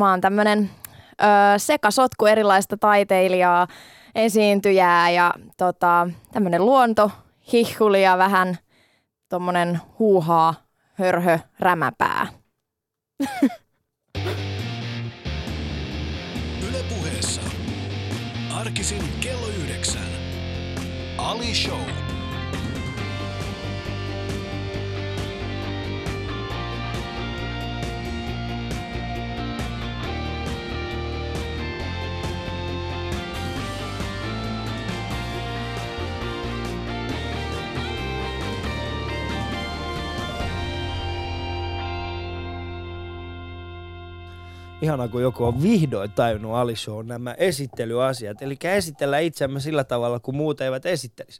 mä oon tämmönen sekasotku erilaista taiteilijaa, esiintyjää ja tämmönen luontohihhuli ja vähän tommonen huuhaa, hörhö, rämäpää. Yle Puheessa. Arkisin kello 9. Ali Show. Ihanaa, kun joku on vihdoin tajunnut Ali Show nämä esittelyasiat. Eli esitellään itseämme sillä tavalla, kun muut eivät esittelisi.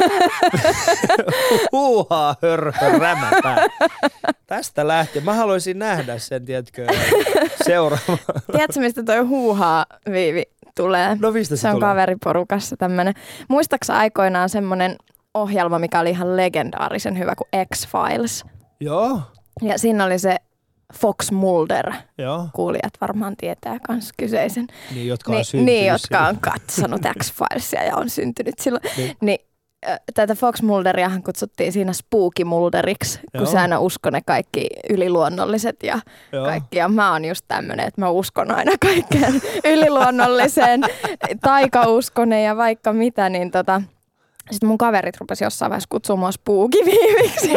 Huuhaa, hörhö, rämäpää. Tästä lähtien. Mä haluaisin nähdä sen, tiedätkö, seuraava. Tiedätkö, mistä toi huuhaa, Viivi, tulee? No mistä se on tulee? Kaveriporukassa tämmönen. Muistaaksä aikoinaan semmonen ohjelma, mikä oli ihan legendaarisen hyvä kuin X-Files? Joo. Ja siinä oli se Fox Mulder. Joo. Kuulijat varmaan tietää kans kyseisen. Niin, jotka on syntynyt niin, jotka on katsonut X-Filesia ja on syntynyt silloin. Niin, tätä Fox Mulderiahan kutsuttiin siinä Spooky Mulderiksi, kun se aina uskoi ne kaikki yliluonnolliset ja kaikki. Ja mä oon just tämmönen, että mä uskon aina kaikkeen yliluonnolliseen, taikauskonen ja vaikka mitä, niin sitten mun kaverit rupesi jossain vaiheessa kutsua mua Spooky-Viiviksi.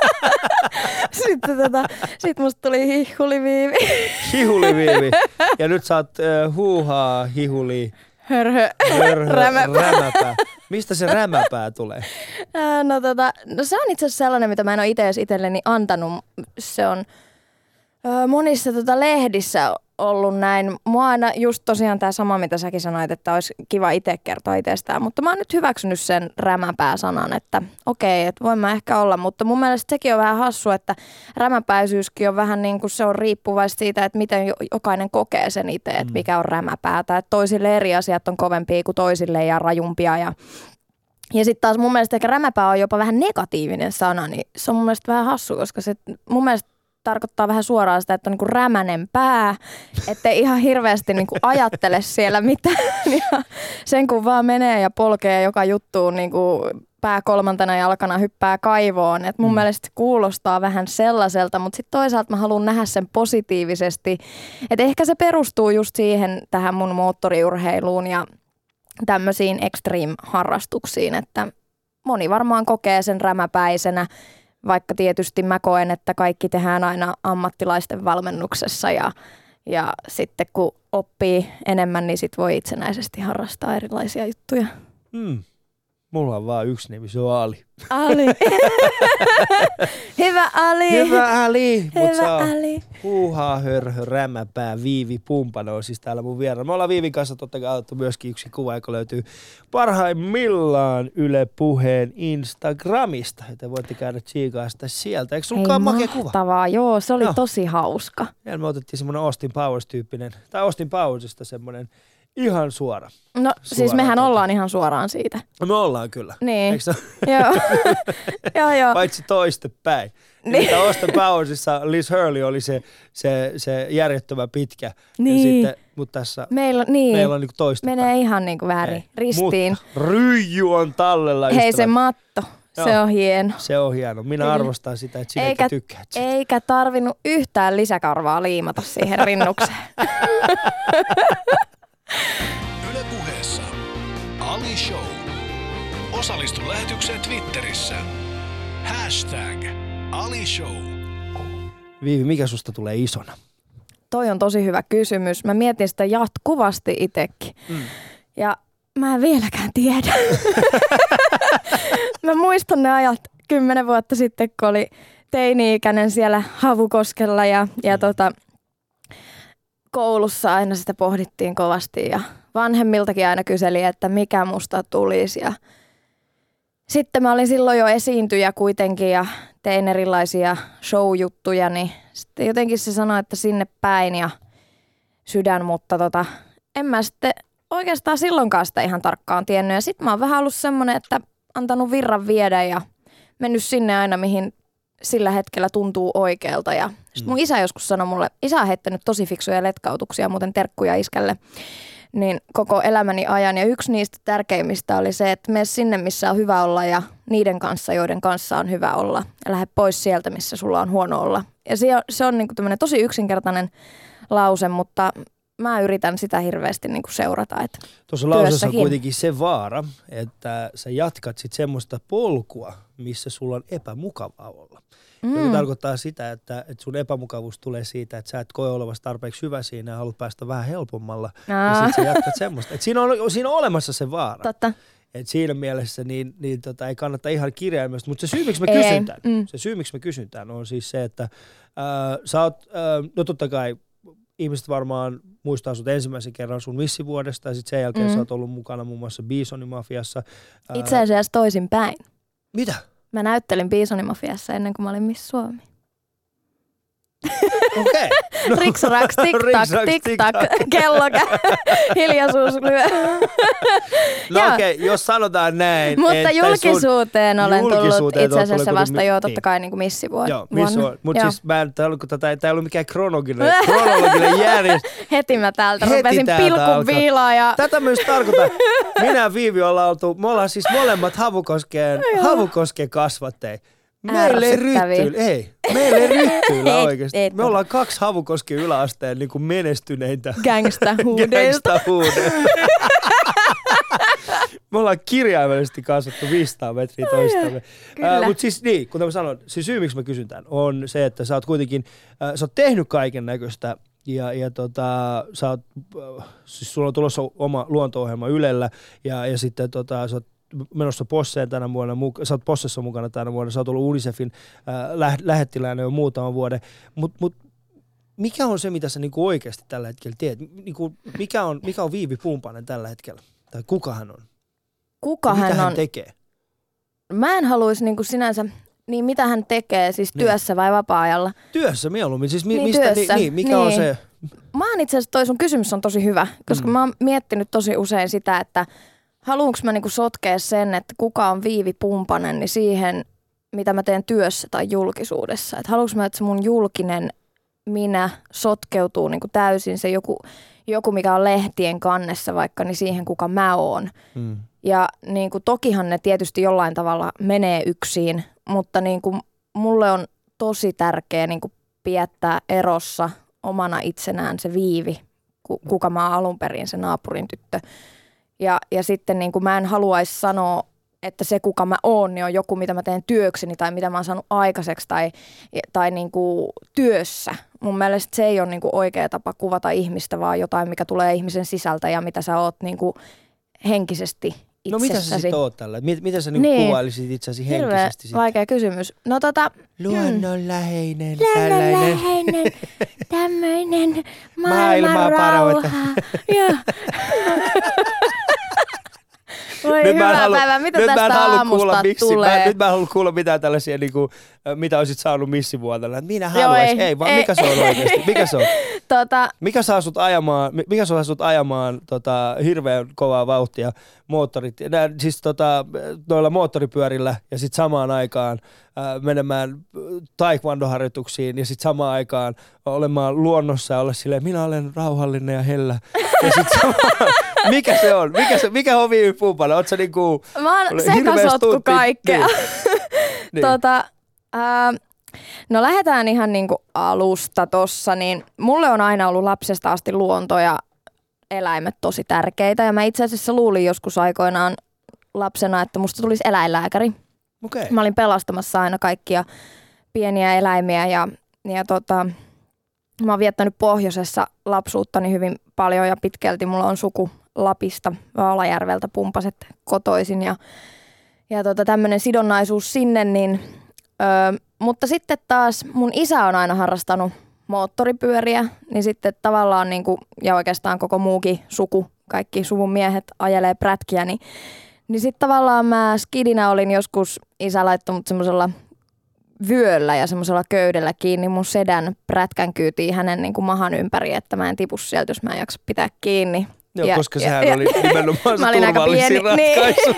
Sitten musta tuli Hihuli-Viivi. Hihuli-Viivi. Ja nyt sä oot huuhaa, hihuli, hörhö, rämäpää. Mistä se rämäpää tulee? No se on itse asiassa sellainen, mitä mä en ole itse edes itselleni antanut. Se on monissa lehdissä ollut näin. Mua aina just tosiaan tämä sama, mitä säkin sanoit, että olisi kiva itse kertoa itsestään. Mutta mä oon nyt hyväksynyt sen rämäpää-sanan, että okei, että voin mä ehkä olla. Mutta mun mielestä sekin on vähän hassu, että rämäpäisyyskin on vähän niin kuin se on riippuvaista siitä, että miten jokainen kokee sen itse, että mikä on rämäpäätä. Että toisille eri asiat on kovempia kuin toisille ja rajumpia ja sitten taas mun mielestä ehkä rämäpää on jopa vähän negatiivinen sana, niin se on mun mielestä vähän hassu, koska se mun mielestä tarkoittaa vähän suoraan sitä, että on niinku rämänen pää, ettei ihan hirveästi niinku ajattele siellä mitään. Ja sen kun vaan menee ja polkee joka juttuun niinku pää kolmantena jalkana hyppää kaivoon. Et mun mielestä se kuulostaa vähän sellaiselta, mutta sitten toisaalta mä haluan nähdä sen positiivisesti. Et ehkä se perustuu just siihen tähän mun moottoriurheiluun ja tämmöisiin extreme-harrastuksiin, että moni varmaan kokee sen rämäpäisenä, vaikka tietysti mä koen, että kaikki tehdään aina ammattilaisten valmennuksessa ja sitten kun oppii enemmän, niin sit voi itsenäisesti harrastaa erilaisia juttuja. Mulla on vaan yksi nimi, se on Ali. Ali. Hyvä Ali. Hyvä Ali. Mut Hyvä Ali. Huuhaa, hörhö, rämäpää, Viivi Pumpano on siis täällä mun vieraana. Me ollaan Viivin kanssa totta kai otettu myöskin yksi kuva, joka löytyy parhaimmillaan Yle Puheen Instagramista. Joten voitte käydä tsiikaa sitä sieltä. Eikö sullakaan makea kuva? Mahtavaa, joo. Se oli tosi hauska. Ja me otettiin semmoinen Austin Powers-tyyppinen, tai Austin Powersista semmoinen ihan suora. No siis mehän ollaan ihan suoraan siitä. Me ollaan kyllä. Niin. Eikö se? Joo. Paitsi toistepäin. Niin. Austin Powersissa Liz Hurley oli se järjettömän pitkä. Niin. Ja sitten, mutta tässä meillä on niinku toistepäin. Menee ihan niinku väärin, ristiin. Mutta ryijy on tallella. Hei ystävät. se matto, se on hieno. Se on hieno. Minä arvostan sitä, että sinäkin tykkäät sitä. Eikä tarvinnut yhtään lisäkarvaa liimata siihen rinnukseen. Yle Puheessa Ali Show. Osallistu lähetykseen Twitterissä. #Ali Show. Viivi, mikä susta tulee isona? Toi on tosi hyvä kysymys. Mä mietin sitä jatkuvasti itsekin. Ja mä en vieläkään tiedä. Mä muistan ne ajat 10 vuotta sitten, kun oli teini-ikäinen siellä Havukoskella ja koulussa aina sitä pohdittiin kovasti ja vanhemmiltakin aina kyseli, että mikä musta tulisi. Ja sitten mä olin silloin jo esiintyjä kuitenkin ja tein erilaisia show-juttuja, niin sitten jotenkin se sanoi, että sinne päin ja sydän, mutta en mä sitten oikeastaan silloinkaan sitä ihan tarkkaan tiennyt. Ja sitten mä oon vähän ollut semmoinen, että antanut virran viedä ja mennyt sinne aina, mihin sillä hetkellä tuntuu oikealta. Ja sit mun isä joskus sanoi mulle, isä on heittänyt tosi fiksuja letkautuksia, muuten terkkuja iskälle, niin koko elämäni ajan. Ja yksi niistä tärkeimmistä oli se, että mene sinne, missä on hyvä olla ja niiden kanssa, joiden kanssa on hyvä olla. Ja lähde pois sieltä, missä sulla on huono olla. Ja se on niinku tämmöinen tosi yksinkertainen lause, mutta mä yritän sitä hirveästi niinku seurata. Tuossa lausessa on kuitenkin se vaara, että sä jatkat sit semmoista polkua, missä sulla on epämukavaa olla. Joka tarkoittaa sitä, että sun epämukavuus tulee siitä, että sä et koe olevasi tarpeeksi hyvä siinä ja haluat päästä vähän helpommalla. Ja sit sä jatkat semmoista. Et siinä on olemassa se vaara. Totta. Et siinä mielessä ei kannata ihan kirjaimesta, mutta se syy, miksi me kysyntään, on siis se, että sä oot, no totta kai ihmiset varmaan muistaa sut ensimmäisen kerran sun missivuodesta ja sitten sen jälkeen sä oot ollut mukana muun muassa Bisonimafiassa. Itse asiassa toisinpäin. Mitä? Mä näyttelin Bisonimafiassa ennen kuin mä olin Miss Suomi. Okei. No. Riksraks, tik-tak, kello hiljaisuus lyö. No okei, jos sanotaan näin. Mutta julkisuuteen olen tullut itse asiassa vasta totta kai niin kuin missivuonna. Joo, mutta siis tämä ei ollut mikään kronologinen järjestys. Heti mä täältä rupesin pilkun viilaa. Ja... Tätä myös tarkoittaa. Minä ja Viivi ollaan siis molemmat Havukosken kasvatteja. Meillä ei ryttyillä oikeasti. Me ollaan 2 Havukosken yläasteen niin kuin menestyneitä gangsta-huudeilta. Me ollaan kirjaimellisesti kasvattu 500 metriä toistamme. Mutta siis niin, kuten mä sanoin, se syy miksi mä kysyn tämän on se, että sä oot kuitenkin, sä oot tehnyt kaiken näköistä ja sä oot, siis sulla on tulossa oma luonto-ohjelma Ylellä ja sitten sä oot menossa Posseen tänä vuonna, sä oot Possessa mukana tänä vuonna, sä oot ollut UNICEFin lähettiläänä jo muutaman vuoden, mut mikä on se, mitä sä niinku oikeasti tällä hetkellä teet? Niinku, mikä on Viivi Pumpanen tällä hetkellä? Tai kuka hän on? Mitä hän tekee? Mä en haluaisi niinku sinänsä, niin mitä hän tekee, siis työssä vai vapaa-ajalla? Työssä mieluummin, siis mikä on se? Mä oon itse asiassa, toi sun kysymys on tosi hyvä, koska mä oon miettinyt tosi usein sitä, että haluanko mä niinku sotkea sen, että kuka on Viivi Pumpanen, niin siihen, mitä mä teen työssä tai julkisuudessa. Että haluanko mä, että se mun julkinen minä sotkeutuu niinku täysin, se joku, mikä on lehtien kannessa vaikka, niin siihen, kuka mä oon. Ja niinku, tokihan ne tietysti jollain tavalla menee yksin, mutta niinku, mulle on tosi tärkeä niinku, pidättää erossa omana itsenään se Viivi, kuka mä oon alun perin, se naapurin tyttö. Ja sitten niin kuin mä en haluaisi sanoa, että se kuka mä oon, niin on joku, mitä mä teen työkseni tai mitä mä oon saanut aikaiseksi tai niin kuin työssä. Mun mielestä se ei ole niin kuin oikea tapa kuvata ihmistä, vaan jotain, mikä tulee ihmisen sisältä ja mitä sä oot niin kuin henkisesti itsessäsi. No mitä sä sit oot tällä? Mitä sä niin kuvailisit itsesi henkisesti? Hirveä vaikea kysymys. No luonnonläheinen. Luonnonläheinen, tämmöinen maailman rauha. Voi hyvää päivää, mitä tästä aamusta tulee? Nyt mä en halua kuulla mitään tällaisia, niin kuin, mitä olisit saanut missivuotena. Minä haluaisin, ei vaan mikä se on oikeasti? Mikä se on? Mikä saa sut ajamaan hirveän kovaa vauhtia noilla moottoripyörillä ja sitten samaan aikaan menemään taekwondo-harjoituksiin ja sitten samaan aikaan olemaan luonnossa ja olla silleen, minä olen rauhallinen ja hellä. Ja sit mikä se on? Mikä on Viivi Pumpanen? Oot sä niinku mä oon sekasotku kaikkea. Niin. No lähdetään ihan niinku alusta tossa, niin mulle on aina ollut lapsesta asti luonto ja eläimet tosi tärkeitä. Ja mä itse asiassa luulin joskus aikoinaan lapsena, että musta tulisi eläinlääkäri. Okay. Mä olin pelastamassa aina kaikkia pieniä eläimiä ja mä oon viettänyt pohjoisessa lapsuuttani hyvin paljon ja pitkälti mulla on suku Lapista, Vaalajärveltä Pumpaset kotoisin ja tämmöinen sidonnaisuus sinne, niin, mutta sitten taas mun isä on aina harrastanut moottoripyöriä, niin sitten tavallaan niin kuin, ja oikeastaan koko muukin suku, kaikki suvun miehet ajelee prätkiä, niin sitten tavallaan mä skidinä olin joskus, isä laittoi mut semmoisella vyöllä ja semmoisella köydellä kiinni mun sedän prätkän kyytiin hänen niin kuin mahan ympäri, että mä en tipu sieltä, jos mä en jaksa pitää kiinni. Joo, koska sehän oli nimenomaan se mä olin aika pieni, ratkaisu.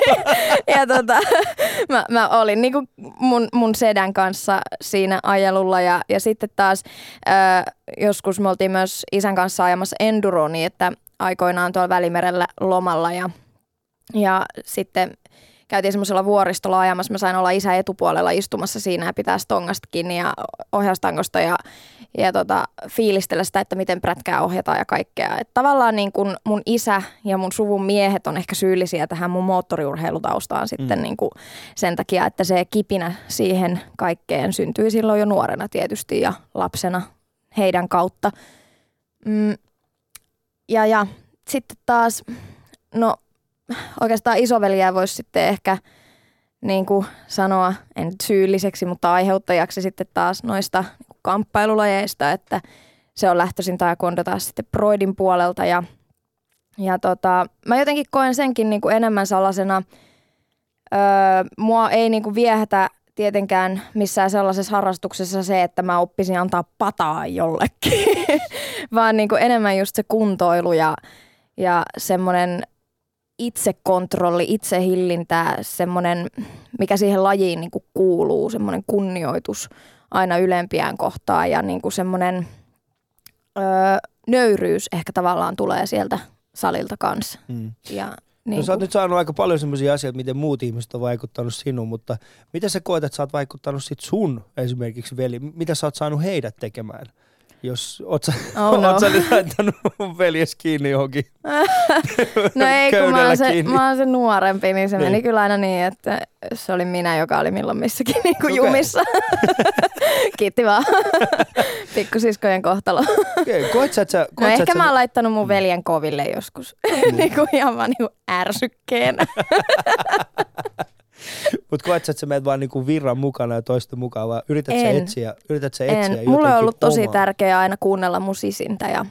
Ja mä olin niinku mun sedän kanssa siinä ajelulla ja sitten taas joskus me oltiin myös isän kanssa ajamassa enduroa niin, että aikoinaan tuolla Välimerellä lomalla ja sitten käytiin semmoisella vuoristolla ajamassa. Mä sain olla isän etupuolella istumassa siinä ja pitää stongasta kiinni ja ohjaustangosta ja fiilistellä sitä, että miten prätkää ohjataan ja kaikkea. Et tavallaan niin kun mun isä ja mun suvun miehet on ehkä syyllisiä tähän mun moottoriurheilutaustaan sitten niin kun sen takia, että se kipinä siihen kaikkeen syntyi silloin jo nuorena tietysti ja lapsena heidän kautta. Ja sitten taas, no oikeastaan isoveliä voisi sitten ehkä niin kuin sanoa, en nyt syylliseksi, mutta aiheuttajaksi sitten taas noista kamppailulajeista, että se on lähtöisin taekwondo taas sitten Broidin puolelta ja mä jotenkin koen senkin niin kuin enemmän sellaisena, mua ei niin kuin viehätä tietenkään missään sellaisessa harrastuksessa se, että mä oppisin antaa pataa jollekin, vaan niin kuin enemmän just se kuntoilu ja semmoinen itsekontrolli, itsehillintä, semmoinen, mikä siihen lajiin niin kuin kuuluu, semmoinen kunnioitus aina ylempiään kohtaan ja niin kuin semmoinen nöyryys ehkä tavallaan tulee sieltä salilta kanssa. Ja no sä oot nyt saanut aika paljon semmoisia asioita, miten muut ihmiset on vaikuttanut sinuun, mutta miten sä koet, että sä oot vaikuttanut sit sun esimerkiksi veli? Mitä sä oot saanut heidät tekemään? Jos oot sä nyt laittanut mun veljes kiinni johonkin no ei, kun mä oon se nuorempi, niin se meni kyllä aina niin, että se oli minä, joka oli milloin missäkin niin kuin jumissa. Kiitti vaan. Pikkusiskojen kohtalo. Okay. Ehkä mä oon laittanut mun veljen koville joskus. niin kuin ihan vaan niin kuin ärsykkeenä. Mutta koet sä, että sä menet vaan niinku virran mukana ja toisten mukaan, vaan yrität sä etsiä jotenkin mulle on ollut tosi omaa. tärkeää aina kuunnella mun sisintä ja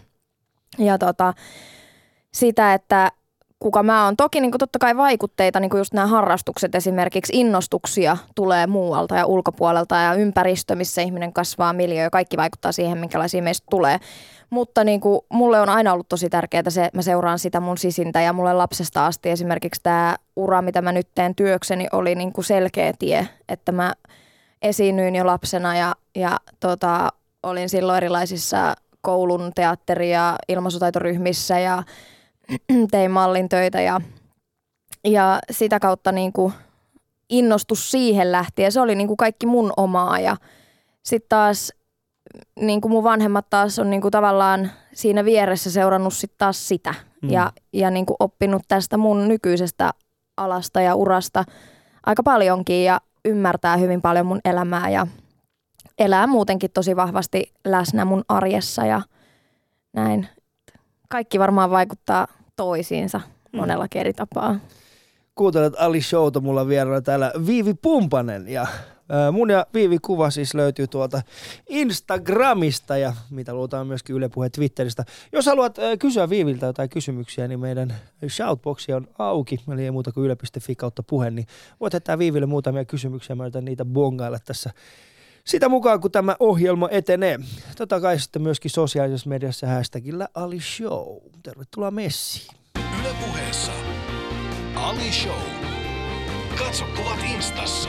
sitä, että kuka mä oon. Toki niin totta kai vaikutteita, niin just nämä harrastukset esimerkiksi, innostuksia tulee muualta ja ulkopuolelta ja ympäristö, missä ihminen kasvaa, miljöö, kaikki vaikuttaa siihen, minkälaisia meistä tulee. Mutta niin kuin, mulle on aina ollut tosi tärkeää se, että mä seuraan sitä mun sisintä ja mulle lapsesta asti esimerkiksi tämä ura, mitä mä nyt teen työkseni, oli niin kuin selkeä tie, että mä esiinnyin jo lapsena ja olin silloin erilaisissa koulun teatteri- ja ilmaisutaitoryhmissä ja tein mallintöitä ja sitä kautta niin kuin innostus siihen lähti ja se oli niin kuin kaikki mun omaa ja sitten taas niin kuin mun vanhemmat taas on niin kuin tavallaan siinä vieressä seurannut sit taas sitä ja niin kuin oppinut tästä mun nykyisestä alasta ja urasta aika paljonkin ja ymmärtää hyvin paljon mun elämää ja elää muutenkin tosi vahvasti läsnä mun arjessa ja näin. Kaikki varmaan vaikuttaa toisiinsa monellakin eri tapaa. Kuuntelet Ali Showta, mulla on vieraana täällä Viivi Pumpanen ja mun ja Viivi kuva siis löytyy tuolta Instagramista ja mitä luotaan myöskin Yle Puheen Twitteristä. Jos haluat kysyä Viiviltä jotain kysymyksiä, niin meidän shoutboxi on auki, eli ei muuta kuin yle.fi/puhe, niin voit jättää Viiville muutamia kysymyksiä, mä yritän niitä bongailla tässä sitä mukaan, kun tämä ohjelma etenee. Totta kai sitten myöskin sosiaalisessa mediassa hashtagillä Ali Show. Tervetuloa messiin. Yle Puheessa Ali Show. Katso kuvat Instassa.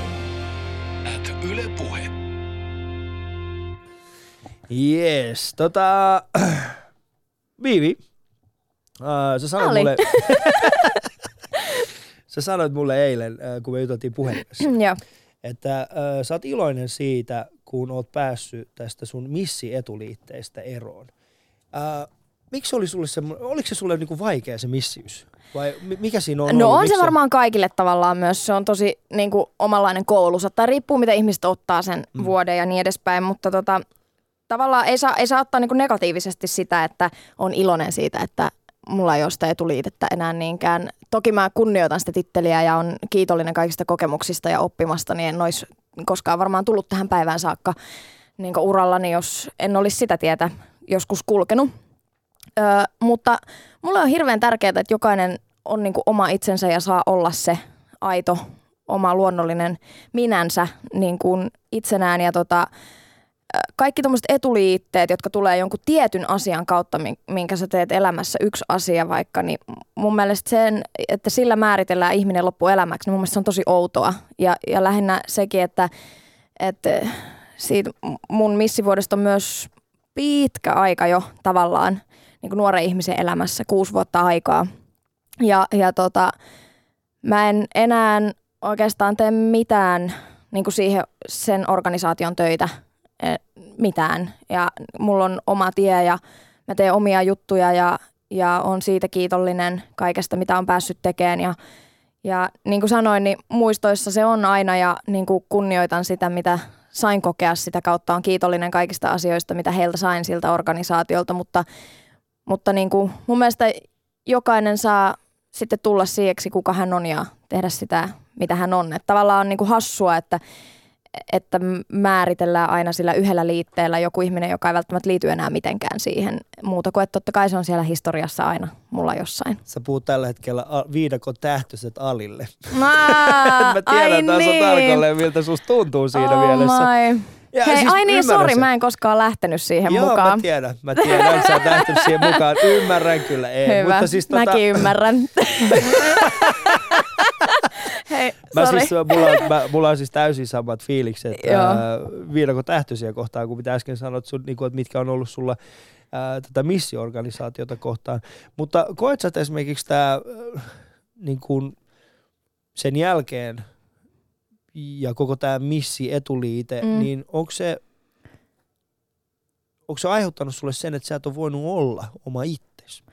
@Yle Puhe. Yes, Viivi, sä sanoit mulle, sä sanoit mulle eilen, kun me juteltiin puhelimessa, että sä oot iloinen siitä, kun oot päässyt tästä sun missietuliitteestä eroon. Miksi oli sulle oliko se sulle niinku vaikea se missiys? Vai mikä siinä on No ollut? on se varmaan kaikille tavallaan myös. Se on tosi niin kuin omanlainen koulu. Tai riippuu, mitä ihmiset ottaa sen vuoden ja niin edespäin. Mutta tavallaan ei saa ottaa niin kuin negatiivisesti sitä, että on iloinen siitä, että mulla ei ole sitä etuliitettä enää niinkään. Toki mä kunnioitan sitä titteliä ja on kiitollinen kaikista kokemuksista ja oppimasta, niin en olisi koskaan varmaan tullut tähän päivään saakka niin kuin urallani, jos en olisi sitä tietä joskus kulkenut. Mutta mulle on hirveän tärkeää, että jokainen on niin kuin oma itsensä ja saa olla se aito, oma luonnollinen minänsä niin kuin itsenään. Ja kaikki tommoset etuliitteet, jotka tulee jonkun tietyn asian kautta, minkä sä teet elämässä yksi asia vaikka, niin mun mielestä sen, että sillä määritellään ihminen loppuelämäksi, niin mun mielestä se on tosi outoa. Ja lähinnä sekin, että siitä mun missivuodesta on myös pitkä aika jo tavallaan niin kuin nuoren ihmisen elämässä, 6 vuotta aikaa. Ja mä en enää oikeastaan tee mitään niin kuin sen organisaation töitä, mitään. Ja mulla on oma tie ja mä teen omia juttuja ja on siitä kiitollinen kaikesta, mitä on päässyt tekemään. Ja niin kuin sanoin, niin muistoissa se on aina ja niin kuin kunnioitan sitä, mitä sain kokea sitä kautta. On kiitollinen kaikista asioista, mitä heiltä sain siltä organisaatiolta, mutta niin kuin mun mielestä jokainen saa sitten tulla siiheksi, kuka hän on ja tehdä sitä, mitä hän on. Että tavallaan on niin kuin hassua, että määritellään aina sillä yhdellä liitteellä joku ihminen, joka ei välttämättä liity enää mitenkään siihen muuta kuin, että totta kai se on siellä historiassa aina mulla jossain. Sä puhut tällä hetkellä viidakon tähtöiset Alille. Mä tiedän taas on tarkalleen, miltä susta tuntuu siinä mielessä. Ja hei, siis ai niin, sori, mä en koskaan lähtenyt siihen mukaan. Joo, mä tiedän, sä oot lähtenyt siihen mukaan. Ymmärrän kyllä, ei. Hyvä, mutta siis, mäkin ymmärrän. Hei, mulla on siis täysin samat fiilikset viidakon tähtöisiä kohtaan, kuin mitä äsken sanoit, että mitkä on ollut sulla tätä missio-organisaatiota kohtaan. Mutta koet sä esimerkiksi tämä sen jälkeen ja koko tämä missi-etuliite, niin onko se aiheuttanut sulle sen, että sä et ole voinut olla oma itsesi?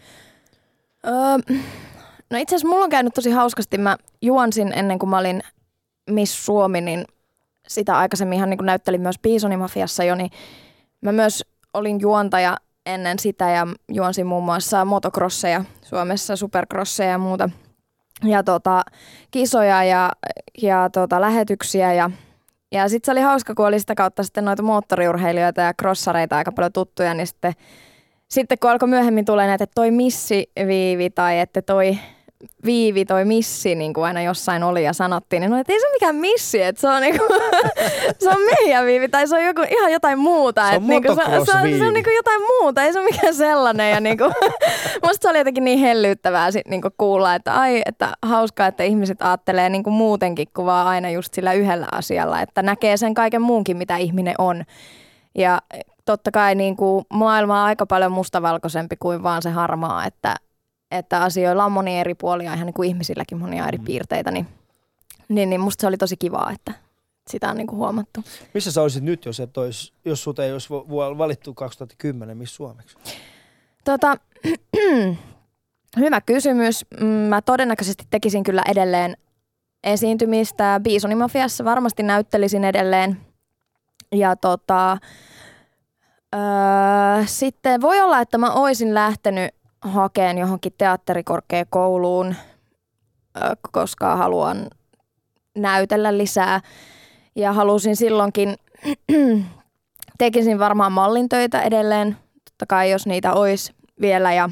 No itse asiassa mulla on käynyt tosi hauskasti. Mä juonsin ennen kuin mä olin Miss Suomi, niin sitä aikaisemmin ihan niin kuin näyttelin myös Bisonimafiassa jo, niin mä myös olin juontaja ennen sitä ja juonsin muun muassa motocrosseja Suomessa, supercrosseja ja muuta. Ja kisoja ja lähetyksiä ja sitten se oli hauska, kun oli sitä kautta sitten noita moottoriurheilijoita ja crossareita aika paljon tuttuja, niin sitten kun alkoi myöhemmin tulee näitä, että toi missi Viivi tai että toi Viivi, toi missi, niin kuin aina jossain oli ja sanottiin, niin että ei se ole mikään missi, että se on, niinku, se on meidän Viivi tai se on ihan jotain muuta. Se on motocross-Viivi. Se on niinku jotain muuta, ei se ole mikään sellainen. Ja niinku, musta se oli jotenkin niin hellyyttävää sit niinku kuulla, että että hauskaa, että ihmiset ajattelee niinku muutenkin kuin vaan aina just sillä yhdellä asialla, että näkee sen kaiken muunkin, mitä ihminen on. Ja totta kai niinku maailma on aika paljon mustavalkoisempi kuin vaan se harmaa, että asioilla on monia eri puolia, ihan niin kuin ihmisilläkin monia eri piirteitä, niin musta se oli tosi kivaa, että sitä on niin kuin huomattu. Missä sä olisit nyt, jos sut ei olisi valittu 2010 Miss Suomeksi? Hyvä kysymys. Mä todennäköisesti tekisin kyllä edelleen esiintymistä. Bisonimafiassa varmasti näyttelisin edelleen. Ja sitten voi olla, että mä oisin lähtenyt hakeen johonkin teatterikorkeakouluun, koska haluan näytellä lisää. Ja halusin silloinkin, tekisin varmaan mallintöitä edelleen, totta kai jos niitä olisi vielä.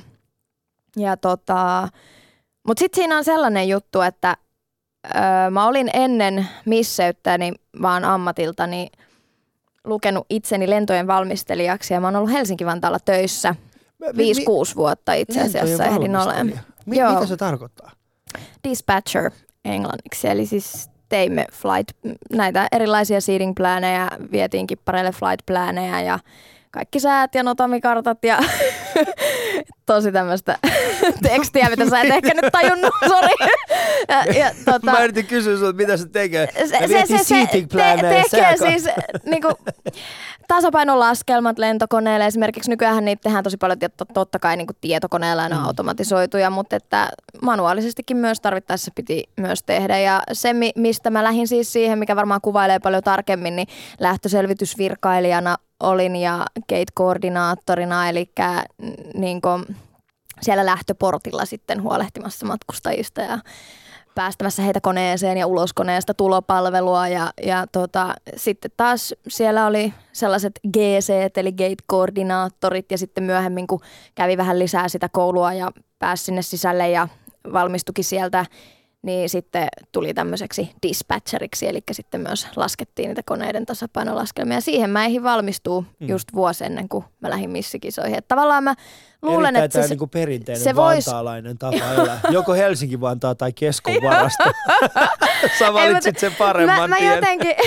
Mutta sitten siinä on sellainen juttu, että mä olin ennen misseyttäni vaan ammatiltani lukenut itseni lentojen valmistelijaksi ja mä oon ollut Helsinki-Vantaalla töissä 5-6 vuotta itse asiassa ehdin olemaan. Mitä se tarkoittaa? Dispatcher englanniksi, eli siis teimme näitä erilaisia seating planeja, vietiin kippareille flight planeja ja kaikki säät ja notamikartat ja tosi tämmöistä tekstiä, mitä sä et ehkä nyt tajunnut, sori. Mä yritin kysyä sinulta, mitä se tekee. Se tekee siis niinku tasapainolaskelmat lentokoneelle. Esimerkiksi nykyään niitä tehdään tosi paljon, totta kai niinku tietokoneella ja ne on automatisoituja, mutta että manuaalisestikin myös tarvittaessa piti myös tehdä. Ja se, mistä mä lähdin siis siihen, mikä varmaan kuvailee paljon tarkemmin, niin lähtöselvitysvirkailijana olin ja gate-koordinaattorina, eli niin siellä lähtöportilla sitten huolehtimassa matkustajista ja päästämässä heitä koneeseen ja ulos koneesta tulopalvelua. Ja sitten taas siellä oli sellaiset GC, eli gate-koordinaattorit, ja sitten myöhemmin, kun kävi vähän lisää sitä koulua ja pääsi sinne sisälle ja valmistukin sieltä, niin sitten tuli tämmöiseksi dispatcheriksi, eli sitten myös laskettiin niitä koneiden tasapainolaskelmia. Siihen mä eihin valmistua just vuosi ennen kuin mä lähdin missikisoihin. Että tavallaan mä luulen, että se niinku perinteinen vantaalainen tapa elää. Joko Helsinki-Vantaa tai Keskon varasto. Sä valitsit sen paremman tien.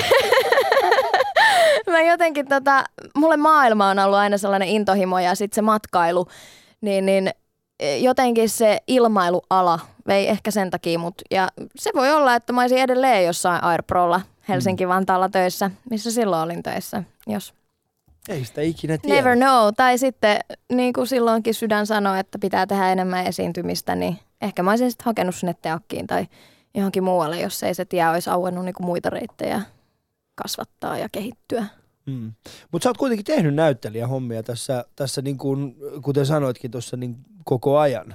Mä jotenkin mulle maailma on ollut aina sellainen intohimo ja sitten se matkailu, niin jotenkin se ilmailuala vei ehkä sen takia ja se voi olla, että mä olisin edelleen jossain Airprolla Helsinki-Vantaalla töissä, missä silloin olin töissä, jos ei sitä ikinä tiedä. Never know. Tai sitten niin kuin silloinkin sydän sanoi, että pitää tehdä enemmän esiintymistä, niin ehkä mä olisin sitten hakenut sinne teakkiin tai johonkin muualle, jos ei se tie olisi auennut niin kuin muita reittejä kasvattaa ja kehittyä. Mutta sä oot kuitenkin tehnyt näyttelijähommia tässä niin kuin, kuten sanoitkin tuossa niin koko ajan.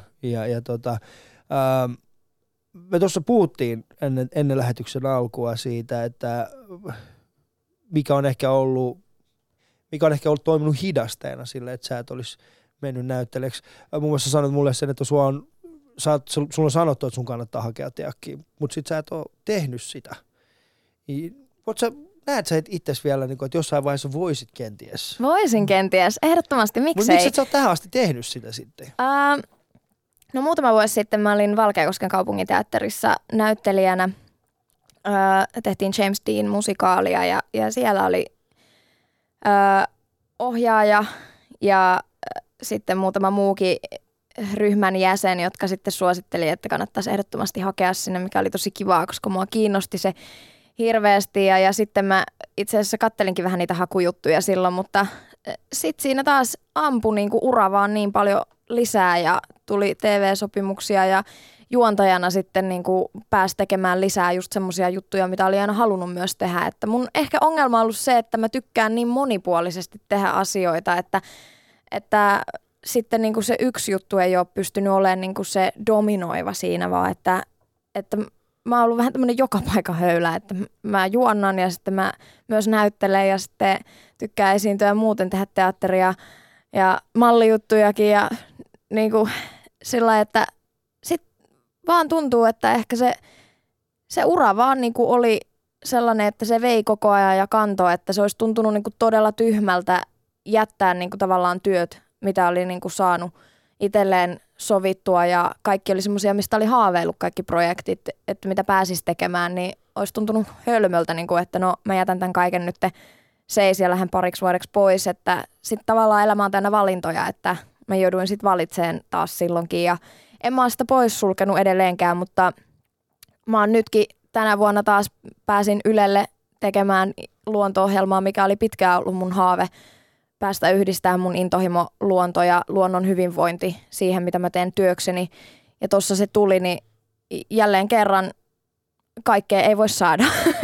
Me tuossa puhuttiin ennen lähetyksen alkua siitä, että mikä on ehkä ollut toiminut hidasteena sille, että sä et olisi mennyt näyttelijäksi. Muun muassa sanoit mulle sen, että sulla on sanottu, että sun kannattaa hakea teakkiin, mutta sit sä et ole tehnyt sitä. Näet sä itses vielä, että jossain vaiheessa voisit kenties? Voisin kenties, ehdottomasti, miksei. Mutta miksi et sä oot tähän asti tehnyt sitä sitten? No muutama vuosi sitten mä olin Valkeakosken kaupunginteatterissa näyttelijänä. Tehtiin James Dean musikaalia ja siellä oli ohjaaja ja sitten muutama muukin ryhmän jäsen, jotka sitten suositteli, että kannattaisi ehdottomasti hakea sinne, mikä oli tosi kivaa, koska mua kiinnosti se hirveästi ja sitten mä itse asiassa kattelinkin vähän niitä hakujuttuja silloin, mutta sitten siinä taas ampui niinku ura vaan niin paljon lisää ja tuli TV-sopimuksia ja juontajana sitten niinku pääsi tekemään lisää just semmoisia juttuja, mitä oli aina halunnut myös tehdä. Että mun ehkä ongelma on ollut se, että mä tykkään niin monipuolisesti tehdä asioita, että sitten niinku se yksi juttu ei ole pystynyt olemaan niinku se dominoiva siinä, vaan että mä oon ollut vähän tämmöinen joka paikan höylä, että mä juonnan ja sitten mä myös näyttelen ja sitten tykkään esiintyä ja muuten tehdä teatteria ja mallijuttujakin ja niinku sillä lailla, että sit vaan tuntuu, että ehkä se ura vaan niinku oli sellainen, että se vei koko ajan ja kantoi, että se olisi tuntunut niinku todella tyhmältä jättää niinku tavallaan työt, mitä oli niinku saanut itselleen sovittua ja kaikki oli semmoisia, mistä oli haaveillut kaikki projektit, että mitä pääsisi tekemään, niin olisi tuntunut hölmöltä, niin kuin, että no mä jätän tämän kaiken nyt seis ja lähden pariksi vuodeksi pois, että sitten tavallaan elämä on täynnä valintoja, että mä jouduin sitten valitsemaan taas silloinkin ja en mä ole sitä pois sulkenut edelleenkään, mutta mä oon nytkin tänä vuonna taas pääsin Ylelle tekemään luonto-ohjelmaa, mikä oli pitkään ollut mun haave, päästä yhdistämään mun intohimo luonto ja luonnon hyvinvointi siihen, mitä mä teen työkseni. Ja tossa se tuli, niin jälleen kerran kaikkea ei voi saada.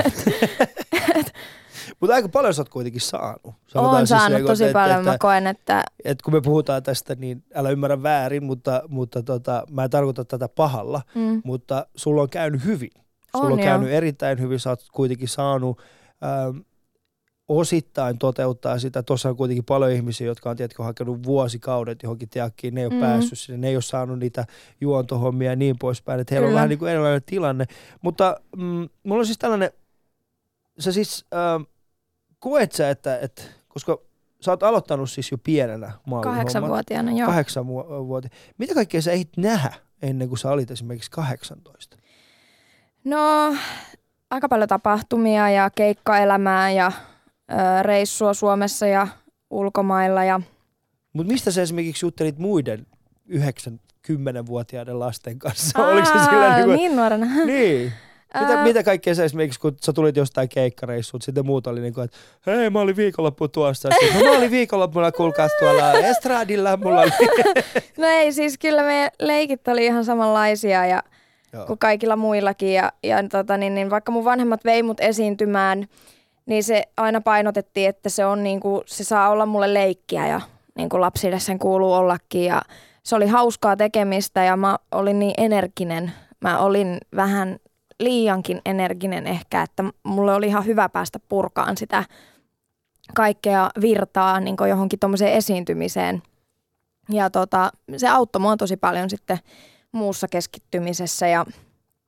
Mutta aika paljon sä oot kuitenkin saanut. Oon saanut tosi paljon. Mä koen, että kun me puhutaan tästä, niin älä ymmärrä väärin, mutta mä en tarkoita tätä pahalla, mutta sulla on käynyt hyvin. Sulla on käynyt erittäin hyvin. Sä oot kuitenkin saanut osittain toteuttaa sitä. Tuossa on kuitenkin paljon ihmisiä, jotka on tietenkin hakenut vuosikaudet johonkin teakkiin. Ne ei ole päässyt sinne, ne ei ole saanut niitä juontohommia ja niin poispäin. Että heillä on vähän niin kuin erilainen tilanne. Mutta mulla on siis tällainen, sä siis koet sä, että koska sä oot aloittanut siis jo pienenä mallihommat. 8-vuotiaana, joo. 8-vuotiaana. Mitä kaikkea sä ehdit nähdä ennen kuin sä olit esimerkiksi 18? No, aika paljon tapahtumia ja keikkaelämää ja reissua Suomessa ja ulkomailla. Mutta mistä sä esimerkiksi juttelit muiden 9-10-vuotiaiden lasten kanssa? Oliko se sillä niin nuorena? Niin. Mitä kaikkea sä esimerkiksi, kun sä tulit jostain keikkareissuun, sitten muuta oli niin kuin, että hei, mä olin viikonloppu tuosta. Sitten, mä olin viikonloppuna, kuulkaas tuolla estradilla, mulla oli. No ei, siis kyllä meidän leikit oli ihan samanlaisia ja kuin kaikilla muillakin. Niin vaikka mun vanhemmat vei mut esiintymään, niin se aina painotettiin, että se on niinku, se saa olla mulle leikkiä ja niin kuin lapsille sen kuuluu ollakin. Ja se oli hauskaa tekemistä ja mä olin niin energinen. Mä olin vähän liiankin energinen ehkä, että mulle oli ihan hyvä päästä purkaan sitä kaikkea virtaa niin kuin johonkin tommoseen esiintymiseen. Ja se auttoi mua tosi paljon sitten muussa keskittymisessä ja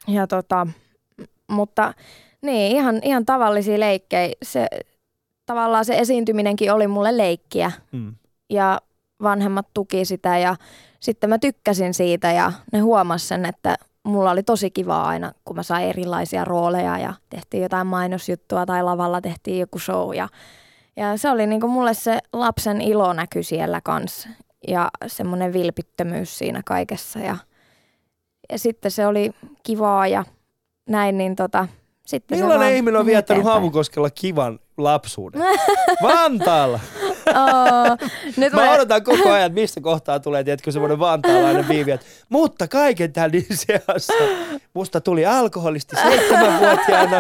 Mutta niin, ihan tavallisia leikkejä. Tavallaan se esiintyminenkin oli mulle leikkiä ja vanhemmat tuki sitä ja sitten mä tykkäsin siitä ja ne huomasi sen, että mulla oli tosi kivaa aina, kun mä sain erilaisia rooleja ja tehtiin jotain mainosjuttua tai lavalla tehtiin joku show ja se oli niinku mulle se lapsen ilo näky siellä kanssa ja semmoinen vilpittömyys siinä kaikessa ja sitten se oli kivaa ja näin, niin sitten millainen ihminen on viettänyt Havukoskella kivan lapsuuden? Vantaalla! Mä odotan koko ajan, että mistä kohtaa tulee, tiedätkö, semmoinen vantaalainen viivi, että mutta kaiken tämän niin seassa musta tuli alkoholisti 7-vuotiaana.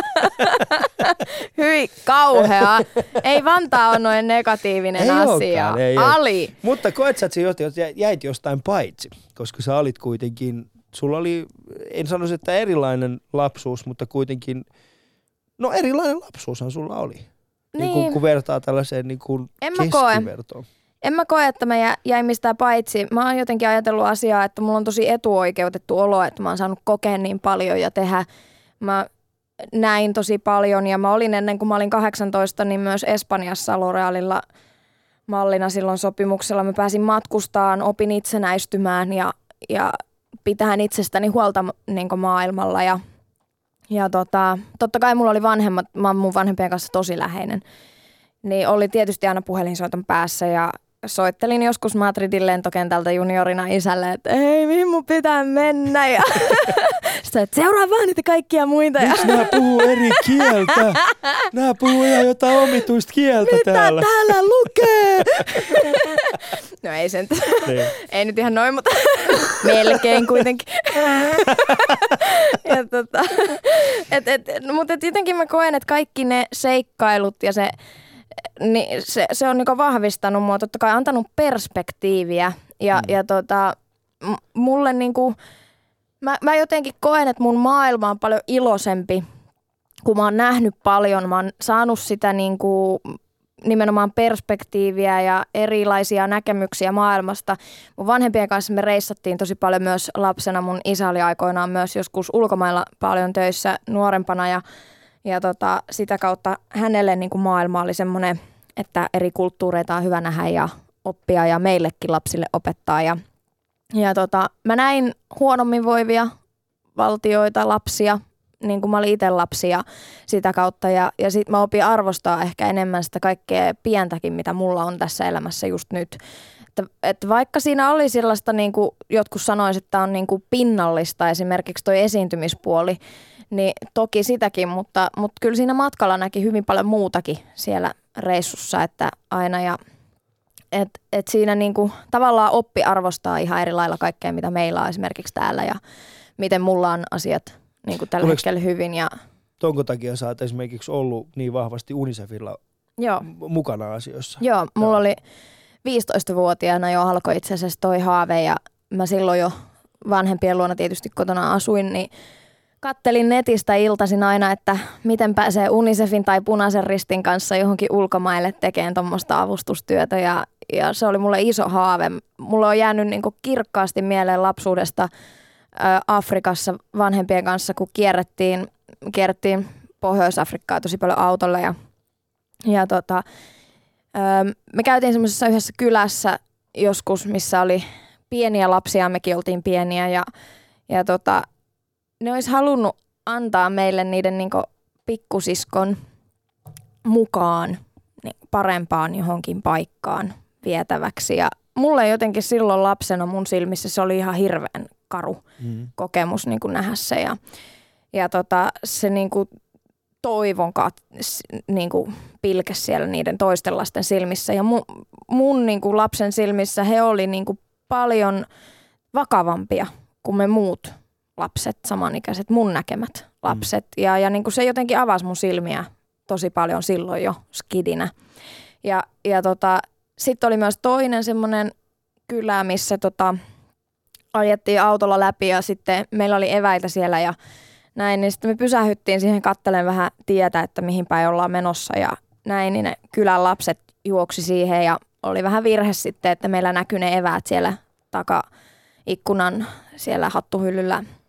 Hyi, kauhea. Ei Vantaa ole noin negatiivinen ei asia. Ei Ali. Mutta koet sä, että jäit jostain paitsi, koska sä olit kuitenkin, sulla oli, en sanoisi, että erilainen lapsuus, mutta kuitenkin, no erilainen lapsuushan sulla oli. Niin. Kun vertaa tällaiseen niin kuin keskivertoon. En mä koe, että mä jäin mistään paitsi. Mä oon jotenkin ajatellut asiaa, että mulla on tosi etuoikeutettu olo, että mä oon saanut kokea niin paljon ja tehdä. Mä näin tosi paljon ja mä olin ennen kuin mä olin 18, niin myös Espanjassa L'Orealilla mallina silloin sopimuksella. Mä pääsin matkustaan, opin itsenäistymään ja pitämään itsestäni huolta niin kuin maailmalla ja totta kai mulla oli vanhemmat, mä oon mun vanhempien kanssa tosi läheinen, niin oli tietysti aina puhelinsoiton päässä ja soittelin joskus Madridin lentokentältä juniorina isälle, että ei, mihin mun pitää mennä ja sitten että seuraa vaan niitä kaikkia muita. Miksi nää puhuu eri kieltä? Nää puhuu ihan jotain omituista kieltä täällä. Mitä täällä lukee? No ei sen, ei nyt ihan noin, mutta melkein kuitenkin. Mutta jotenkin mä koen, että kaikki ne seikkailut ja se on niinku vahvistanut mua, totta kai antanut perspektiiviä ja mulle niinku, mä jotenkin koen, että mun maailma on paljon iloisempi, kun mä oon nähnyt paljon, mä oon saanut sitä niinku nimenomaan perspektiiviä ja erilaisia näkemyksiä maailmasta. Mun vanhempien kanssa me reissattiin tosi paljon myös lapsena. Mun isä oli aikoinaan myös joskus ulkomailla paljon töissä nuorempana ja sitä kautta hänelle niin kuin maailma oli semmoinen, että eri kulttuureita on hyvä nähdä ja oppia ja meillekin lapsille opettaa. Ja mä näin huonommin voivia valtioita, lapsia, niin kuin mä olin itse lapsia sitä kautta ja sitten mä opin arvostaa ehkä enemmän sitä kaikkea pientäkin, mitä mulla on tässä elämässä just nyt. Että vaikka siinä oli sellaista, niin kuin jotkut sanoisivat, että on niin kuin pinnallista esimerkiksi toi esiintymispuoli, niin toki sitäkin, mutta kyllä siinä matkalla näki hyvin paljon muutakin siellä reissussa, että aina ja että siinä niinku tavallaan oppi arvostaa ihan eri lailla kaikkea, mitä meillä on esimerkiksi täällä ja miten mulla on asiat niinku tällä hetkellä hyvin. Ja tonko takia sä oot esimerkiksi ollut niin vahvasti UNICEFilla mukana asioissa? Joo, mulla oli 15-vuotiaana jo alkoi itse asiassa toi haave ja mä silloin jo vanhempien luona tietysti kotona asuin, niin kattelin netistä iltaisin aina, että miten pääsee UNICEFin tai Punaisen Ristin kanssa johonkin ulkomaille tekemään tuommoista avustustyötä ja se oli mulle iso haave. Mulle on jäänyt niin kuin kirkkaasti mieleen lapsuudesta Afrikassa vanhempien kanssa, kun kierrettiin Pohjois-Afrikkaa tosi paljon autolla ja me käytiin semmoisessa yhdessä kylässä joskus, missä oli pieniä lapsia, mekin oltiin pieniä ja ne olisi halunnut antaa meille niiden niinku pikkusiskon mukaan parempaan johonkin paikkaan vietäväksi. Ja mulle jotenkin silloin lapsena mun silmissä se oli ihan hirveän karu kokemus niinku nähdä se. Ja se niinku toivon niinku pilkäs siellä niiden toisten lasten silmissä. Ja mun niinku lapsen silmissä he oli niinku paljon vakavampia kuin me muut lapset, samanikäiset, mun näkemät lapset. Ja niin kuin se jotenkin avasi mun silmiä tosi paljon silloin jo skidinä. Ja sitten oli myös toinen semmoinen kylä, missä ajettiin autolla läpi ja sitten meillä oli eväitä siellä ja näin. Niin sitten me pysähyttiin siihen katselemaan vähän tietä, että mihin päin ollaan menossa ja näin. Niin ne kylän lapset juoksi siihen ja oli vähän virhe sitten, että meillä näkyi ne eväät siellä takaikkunan siellä hattuhyllyllä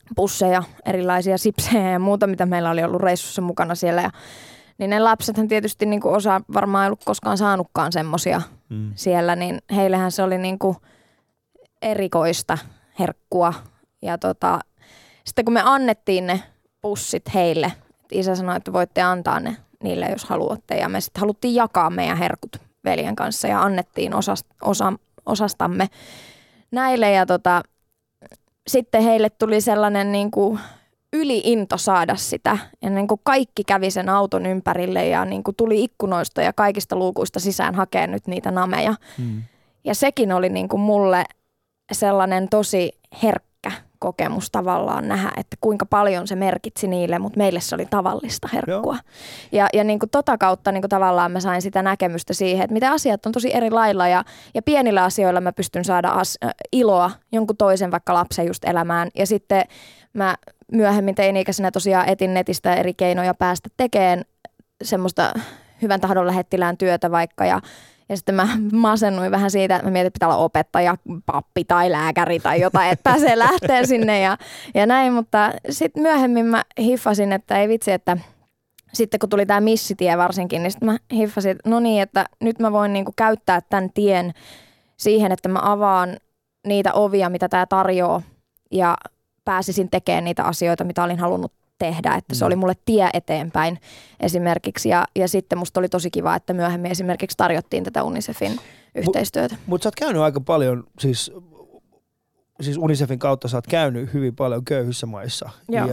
pusseja, erilaisia sipsejä ja muuta, mitä meillä oli ollut reissussa mukana siellä. Ja, niin ne lapsethan tietysti niin kuin osa varmaan ei ollut koskaan saanutkaan semmoisia siellä, niin heillehän se oli niin kuin erikoista herkkua. Ja sitten kun me annettiin ne pussit heille, isä sanoi, että voitte antaa ne niille, jos haluatte. Ja me sitten haluttiin jakaa meidän herkut veljen kanssa ja annettiin osastamme näille. Ja sitten heille tuli sellainen niin kuin yliinto saada sitä. Ja niin kuin kaikki kävi sen auton ympärille ja niin kuin tuli ikkunoista ja kaikista luukuista sisään hakemaan nyt niitä nameja. Ja sekin oli niin kuin mulle sellainen tosi herkkä kokemus tavallaan nähdä, että kuinka paljon se merkitsi niille, mutta meille se oli tavallista herkkua. Ja niin kuin kautta niin kuin tavallaan mä sain sitä näkemystä siihen, että miten asiat on tosi eri lailla ja pienillä asioilla mä pystyn saada iloa jonkun toisen vaikka lapsen just elämään. Ja sitten mä myöhemmin teini-ikäisenä tosiaan etin netistä eri keinoja päästä tekemään semmoista hyvän tahdon lähettilään työtä vaikka ja sitten mä masennuin vähän siitä, että mä mietin, että pitää olla opettaja, pappi tai lääkäri tai jotain, että pääsee lähteen sinne ja näin. Mutta sitten myöhemmin mä hiffasin, että ei vitsi, että sitten kun tuli tämä missitie varsinkin, niin sitten mä hiffasin, että no niin, että nyt mä voin niinku käyttää tämän tien siihen, että mä avaan niitä ovia, mitä tämä tarjoaa ja pääsisin tekemään niitä asioita, mitä olin halunnut tehdä, että se oli mulle tie eteenpäin esimerkiksi ja sitten musta oli tosi kiva, että myöhemmin esimerkiksi tarjottiin tätä UNICEFin yhteistyötä. Mutta sä oot käynyt aika paljon, siis UNICEFin kautta sä oot käynyt hyvin paljon köyhissä maissa.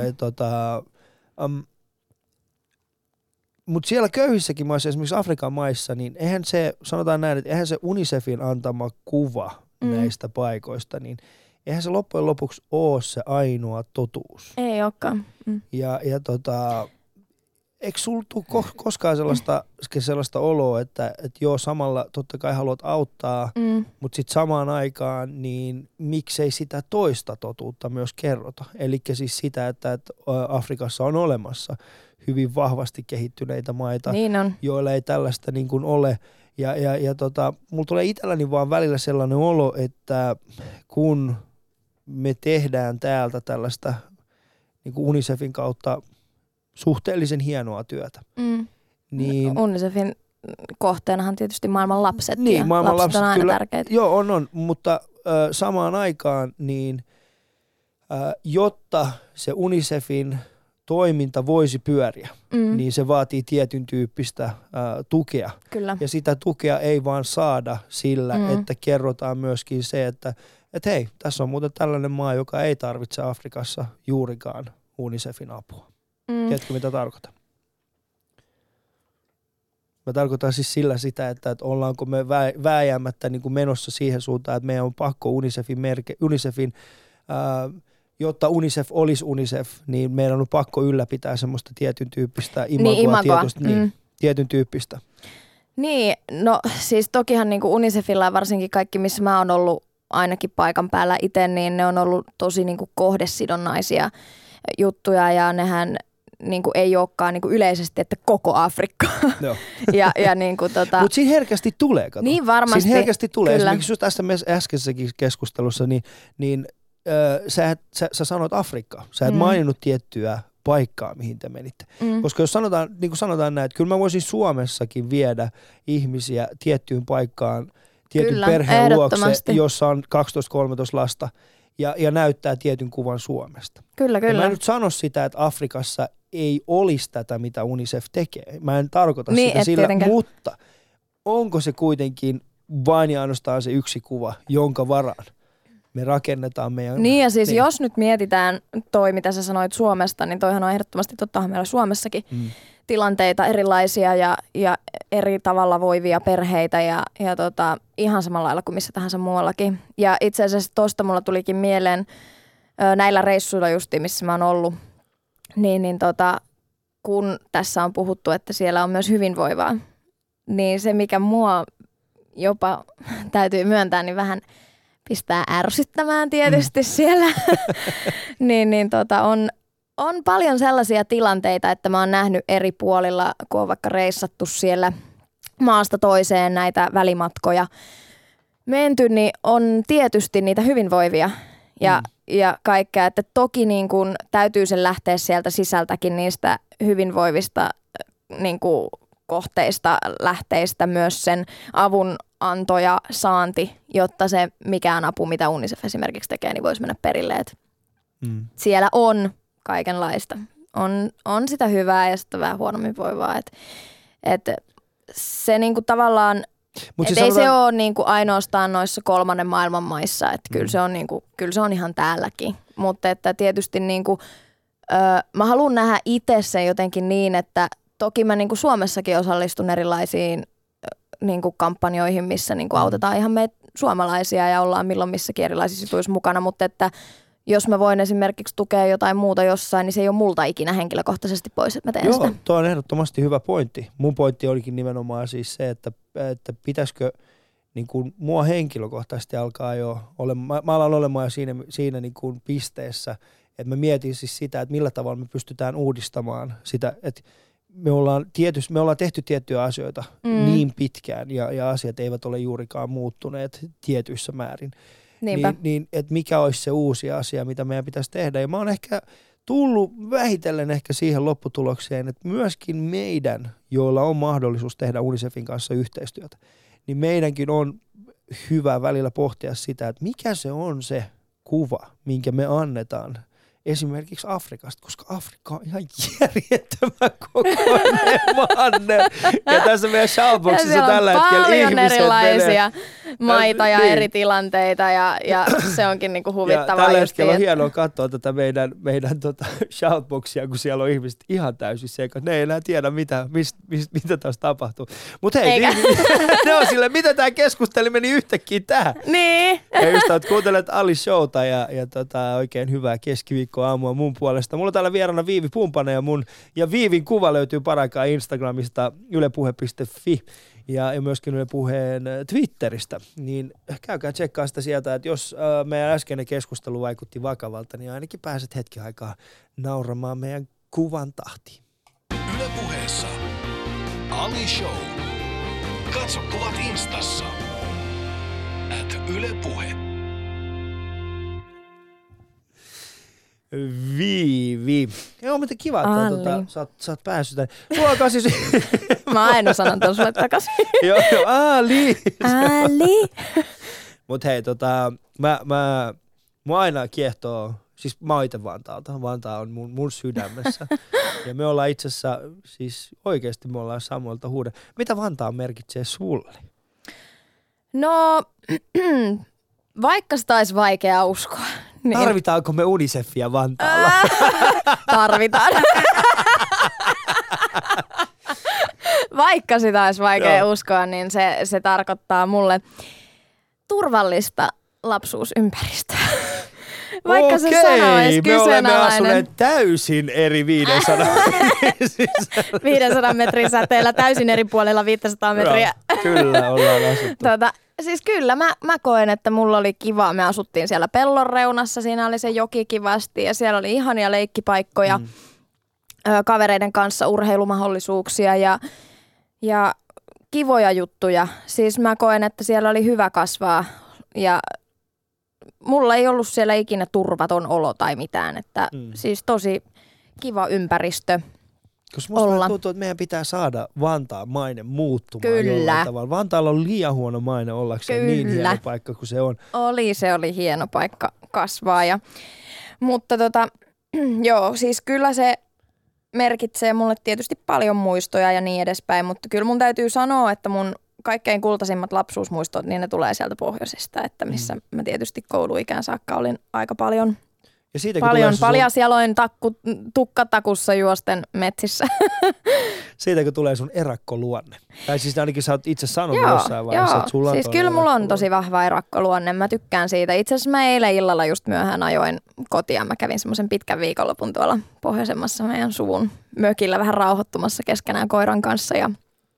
Mutta siellä köyhissäkin maissa, esimerkiksi Afrikan maissa, niin eihän se, sanotaan näin, että eihän se UNICEFin antama kuva näistä paikoista, niin eihän se loppujen lopuksi ole se ainoa totuus. Ei olekaan. Ja eikö sulla tule koskaan sellaista oloa, että joo, samalla totta kai haluat auttaa, mutta sitten samaan aikaan, niin miksei sitä toista totuutta myös kerrota? Eli siis sitä, että Afrikassa on olemassa hyvin vahvasti kehittyneitä maita, niin on, joilla ei tällaista niin kuin ole. Ja mulla tulee itselläni vaan välillä sellainen olo, että kun me tehdään täältä tällaista niin kuin UNICEFin kautta suhteellisen hienoa työtä. Niin, UNICEFin kohteenahan tietysti maailman lapset niin, ja maailman lapset on aina kyllä, tärkeitä. Joo, on, mutta samaan aikaan, niin jotta se UNICEFin toiminta voisi pyöriä, niin se vaatii tietyn tyyppistä tukea. Kyllä. Ja sitä tukea ei vaan saada sillä, että kerrotaan myöskin se, että hei, tässä on muuten tällainen maa, joka ei tarvitse Afrikassa juurikaan UNICEFin apua. Tiedätkö, mitä tarkoitan? Mä tarkoitan siis sillä sitä, että ollaanko me vääjäämättä niin kuin menossa siihen suuntaan, että meidän on pakko UNICEFin jotta UNICEF olisi UNICEF, niin meidän on pakko ylläpitää semmoista tietyn tyyppistä imagoa. Tietyn tyyppistä. Niin, no siis tokihan niin kuin UNICEFilla ja varsinkin kaikki, missä mä oon ollut ainakin paikan päällä itse, niin ne on ollut tosi niin kuin kohdesidonnaisia juttuja ja nehän niin kuin ei olekaan niin kuin yleisesti, että koko Afrikka. ja niin kuin Mutta siinä herkästi tulee, kato. Niin varmasti. Siinä herkästi tulee. Kyllä. Esimerkiksi just tästä äskeisessäkin keskustelussa, niin sä sanoit Afrikka. Sä et maininnut tiettyä paikkaa, mihin te menitte. Koska jos sanotaan, niin kuin sanotaan näin, että kyllä mä voisin Suomessakin viedä ihmisiä tiettyyn paikkaan, tietyn perheen luokse, jossa on 12-13 lasta ja näyttää tietyn kuvan Suomesta. Kyllä. Ja mä en nyt sano sitä, että Afrikassa ei olisi tätä, mitä UNICEF tekee. Mä en tarkoita niin, sitä sillä, tietenkään. mutta onko se kuitenkin vain ja ainoastaan se yksi kuva, jonka varaan me rakennetaan meidän... Niin ja siis jos nyt mietitään toi, mitä sä sanoit Suomesta, niin toihan on ehdottomasti tottahan meillä Suomessakin tilanteita erilaisia ja eri tavalla voivia perheitä ja ihan samalla lailla kuin missä tahansa muuallakin. Ja itse asiassa tosta mulla tulikin mieleen näillä reissuilla justiin, missä mä oon ollut, niin kun tässä on puhuttu, että siellä on myös hyvinvoivaa, niin se mikä mua jopa täytyy myöntää, niin vähän pistää ärsyttämään tietysti siellä, on paljon sellaisia tilanteita, että mä oon nähnyt eri puolilla, kun on vaikka reissattu siellä maasta toiseen näitä välimatkoja menty, niin on tietysti niitä hyvinvoivia ja kaikkea. Että toki niin kuin täytyy sen lähteä sieltä sisältäkin niistä hyvinvoivista niin kuin kohteista, lähteistä myös sen avun anto ja saanti, jotta se mikään apu, mitä UNICEF esimerkiksi tekee, niin voisi mennä perille. Siellä on kaikenlaista. On sitä hyvää ja sitten vähän huonommin voivaa. Et se niinku tavallaan, ei se ole niinku ainoastaan noissa kolmannen maailman maissa. Että kyllä se on ihan täälläkin. Mutta että tietysti niinku, mä haluan nähdä itse sen jotenkin niin, että toki mä niinku Suomessakin osallistun erilaisiin niinku kampanjoihin, missä niinku autetaan ihan meitä suomalaisia ja ollaan milloin missäkin erilaisissa jutuissa mukana, mutta että jos mä voin esimerkiksi tukea jotain muuta jossain, niin se ei ole multa ikinä henkilökohtaisesti pois, että mä teen sitä. Joo, tuo on ehdottomasti hyvä pointti. Mun pointti olikin nimenomaan siis se, että pitäisikö niin kuin mua henkilökohtaisesti alkaa jo mä alan olemaan siinä niin kuin pisteessä, että mä mietin siis sitä, että millä tavalla me pystytään uudistamaan sitä, että me ollaan tehty tiettyjä asioita niin pitkään ja asiat eivät ole juurikaan muuttuneet tietyissä määrin. Niin että mikä olisi se uusi asia, mitä meidän pitäisi tehdä. Ja mä oon ehkä tullut vähitellen ehkä siihen lopputulokseen, että myöskin meidän, joilla on mahdollisuus tehdä UNICEFin kanssa yhteistyötä, niin meidänkin on hyvä välillä pohtia sitä, että mikä se on se kuva, minkä me annetaan esimerkiksi Afrikasta, koska Afrikka on ihan järjettömän kokoinen manne. Ja tässä meidän shoutboxissa tällä hetkellä ihmiset paljon erilaisia maita ja eri tilanteita ja se onkin niinku huvittavaa. Tällä hetkellä on hienoa katsoa tätä meidän shoutboxia, kun siellä on ihmiset ihan täysin sekaan. Ne ei enää tiedä, mitä tässä tapahtuu. Mutta hei, ne on silleen, mitä tämä keskustelu meni yhtäkkiä tähän. Niin. Ja just että kuuntelet Ali Showta ja oikein hyvää keskiviikkoa aamua mun puolesta. Mulla on täällä vieraana Viivi Pumpanen ja Viivin kuva löytyy paraikaa Instagramista ylepuhe.fi ja myöskin Yle Puheen Twitteristä. Niin käykää tsekkaa sitä sieltä, että jos meidän äskeinen keskustelu vaikutti vakavalta, niin ainakin pääset hetken aikaa nauramaan meidän kuvan tahtiin. Yle Puheessa Ali Show. Katso kuvat Instassa. @ylepuhe. Viivi. Joo, mutta kiva, että sä oot päässyt tänne. Sulla siis... Mä aina sanon tuon sulle takaisin. Joo, Ali. Ali. Mut hei, mua aina kiehtoo, siis mä oon ite Vantaalta. Vantaa on mun sydämessä. Ja me ollaan itse asiassa, siis oikeesti me ollaan samoilta huuden. Mitä Vantaa merkitsee sulle? No, vaikka sitä olisi vaikea uskoa. Niin. Tarvitaanko me UNICEFia Vantaalla? Tarvitaan. Vaikka sitä olisi vaikea uskoa, niin se tarkoittaa mulle turvallista lapsuusympäristöä. Vaikka se sana olisi kyseenalainen. Me olemme asuneet täysin eri 500 500 metrin säteellä, täysin eri puolilla 500 metriä. Kyllä, ollaan asuttu. Siis kyllä mä koen, että mulla oli kiva. Me asuttiin siellä pellon reunassa, siinä oli se joki kivasti ja siellä oli ihania leikkipaikkoja kavereiden kanssa, urheilumahdollisuuksia ja kivoja juttuja. Siis mä koen, että siellä oli hyvä kasvaa ja mulla ei ollut siellä ikinä turvaton olo tai mitään. Että siis tosi kiva ympäristö. Koska musta tuntuu, että meidän pitää saada Vantaan maine muuttumaan jollain tavalla. Vantaalla on liian huono maine ollakseen niin hieno paikka kuin se on. Se oli hieno paikka kasvaa. Mutta joo, siis kyllä se merkitsee mulle tietysti paljon muistoja ja niin edespäin. Mutta kyllä mun täytyy sanoa, että mun kaikkein kultaisimmat lapsuusmuistot, niin ne tulee sieltä pohjoisesta. Että missä mä tietysti kouluikään saakka olin aika paljon... Ja paljon paljasjaloin tukkatakussa juosten metsissä. Siitä kun tulee sun erakkoluonne. Tai siis ainakin sä oot itse sanonut jossain vaiheessa, että sulla on siis kyllä mulla on tosi vahva erakkoluonne. Mä tykkään siitä. Itse asiassa mä eilen illalla just myöhään ajoin kotia. Mä kävin semmoisen pitkän viikonlopun tuolla pohjoisemmassa meidän suvun mökillä vähän rauhoittumassa keskenään koiran kanssa. Ja